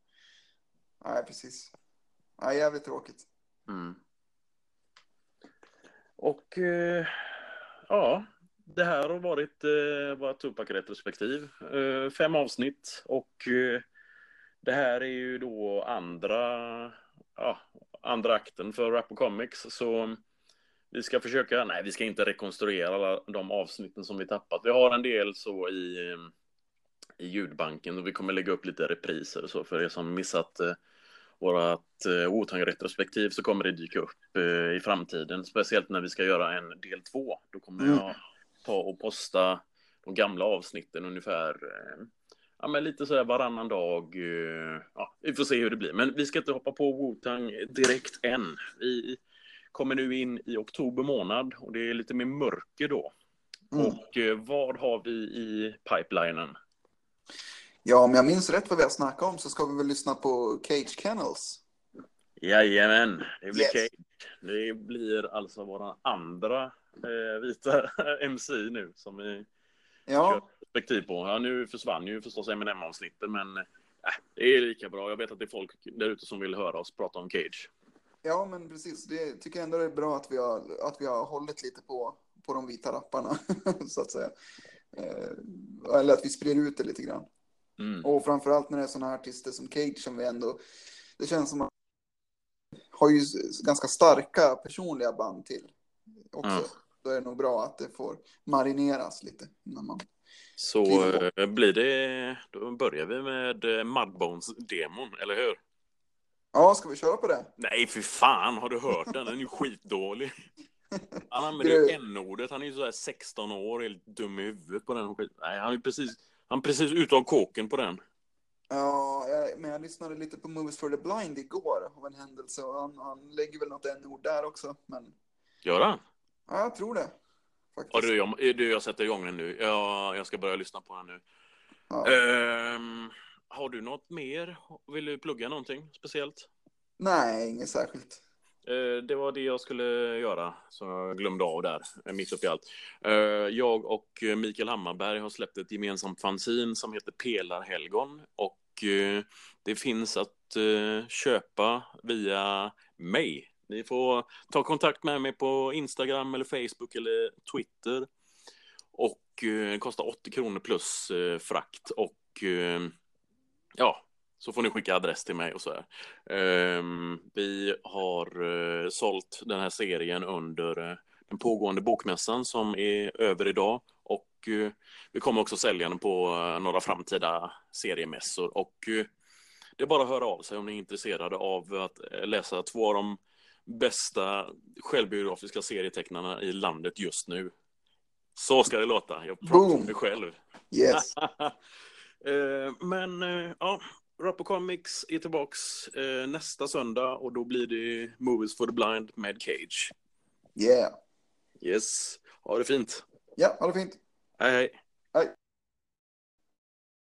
Nej, precis. Nej, jävligt tråkigt. Mm. Och uh, ja, det här har varit uh, våra Tupac-retrospektiv. Uh, fem avsnitt och uh, det här är ju då andra, ja, andra akten för Rap och Comics. Så vi ska försöka, nej vi ska inte rekonstruera alla de avsnitten som vi tappat. Vi har en del så i, i ljudbanken och vi kommer lägga upp lite repriser och så för er som missat eh, vårat eh, Wu-Tang-retrospektiv, så kommer det dyka upp eh, i framtiden. Speciellt när vi ska göra en del två. Då kommer Mm. jag ta och posta de gamla avsnitten ungefär eh, ja, men lite så här varannan dag. Eh, ja, vi får se hur det blir. Men vi ska inte hoppa på Wu-Tang direkt än. Vi kommer nu in i oktober månad och det är lite mer mörker då. Mm. Och eh, vad har vi i pipelinen? Ja, om jag minns rätt vad vi har snackat om så ska vi väl lyssna på Cage Kennels. Jajamän, det blir Yes. Cage. Det blir alltså våra andra eh, vita M C nu som vi Ja. kör perspektiv på. Ja, nu försvann ju förstås M and M-avsnitten, men eh, det är lika bra. Jag vet att det är folk där ute som vill höra oss prata om Cage. Ja, men precis. Det tycker jag ändå är bra att vi har, att vi har hållit lite på, på de vita rapparna, så att säga. Eh, eller att vi sprider ut det lite grann. Mm. Och framförallt när det är sådana här artister som Cage som vi ändå... Det känns som att har ju ganska starka personliga band till också. Mm. Då är det nog bra att det får marineras lite innan man... Så eh, blir det... Då börjar vi med eh, Mudbones-demon, eller hur? Ja, ska vi köra på det? Nej, för fan, har du hört den? Den är ju skitdålig. Han använder ju n-ordet. Han är ju så här sexton år, helt dum i huvudet på den skit. Nej, han är precis, han är precis ute av kåken på den. Ja, jag, men jag lyssnade lite på Movies for the Blind igår av en händelse. Och han, han lägger väl något n-ord där också. Men... Gör han? Ja, jag tror det. Faktiskt. Ja, du, jag, du, jag sätter igång den nu. Jag, jag ska börja lyssna på den nu. Ja. Ehm, har du något mer? Vill du plugga någonting speciellt? Nej, inget särskilt. Eh, det var det jag skulle göra, som jag glömde av där, mitt upp i allt. Eh, jag och Mikael Hammarberg har släppt ett gemensamt fanzine som heter Pelarhelgon. Och eh, det finns att eh, köpa via mig. Ni får ta kontakt med mig på Instagram eller Facebook eller Twitter. Och eh, det kostar åttio kronor plus eh, frakt. Och eh, ja, så får ni skicka adress till mig och så här. Um, vi har uh, sålt den här serien under uh, den pågående bokmässan som är över idag. Och uh, vi kommer också sälja den på uh, några framtida seriemässor. Och uh, det är bara att höra av sig om ni är intresserade av att uh, läsa två av de bästa självbiografiska serietecknarna i landet just nu. Så ska det låta. Jag pratar om mig själv. Yes. uh, men uh, ja... Rapper Comics är tillbaks eh, nästa söndag och då blir det Movies for the Blind med Cage. Yeah. Yes. Ha det fint. Ja, ha det fint. Hej hej. Hej.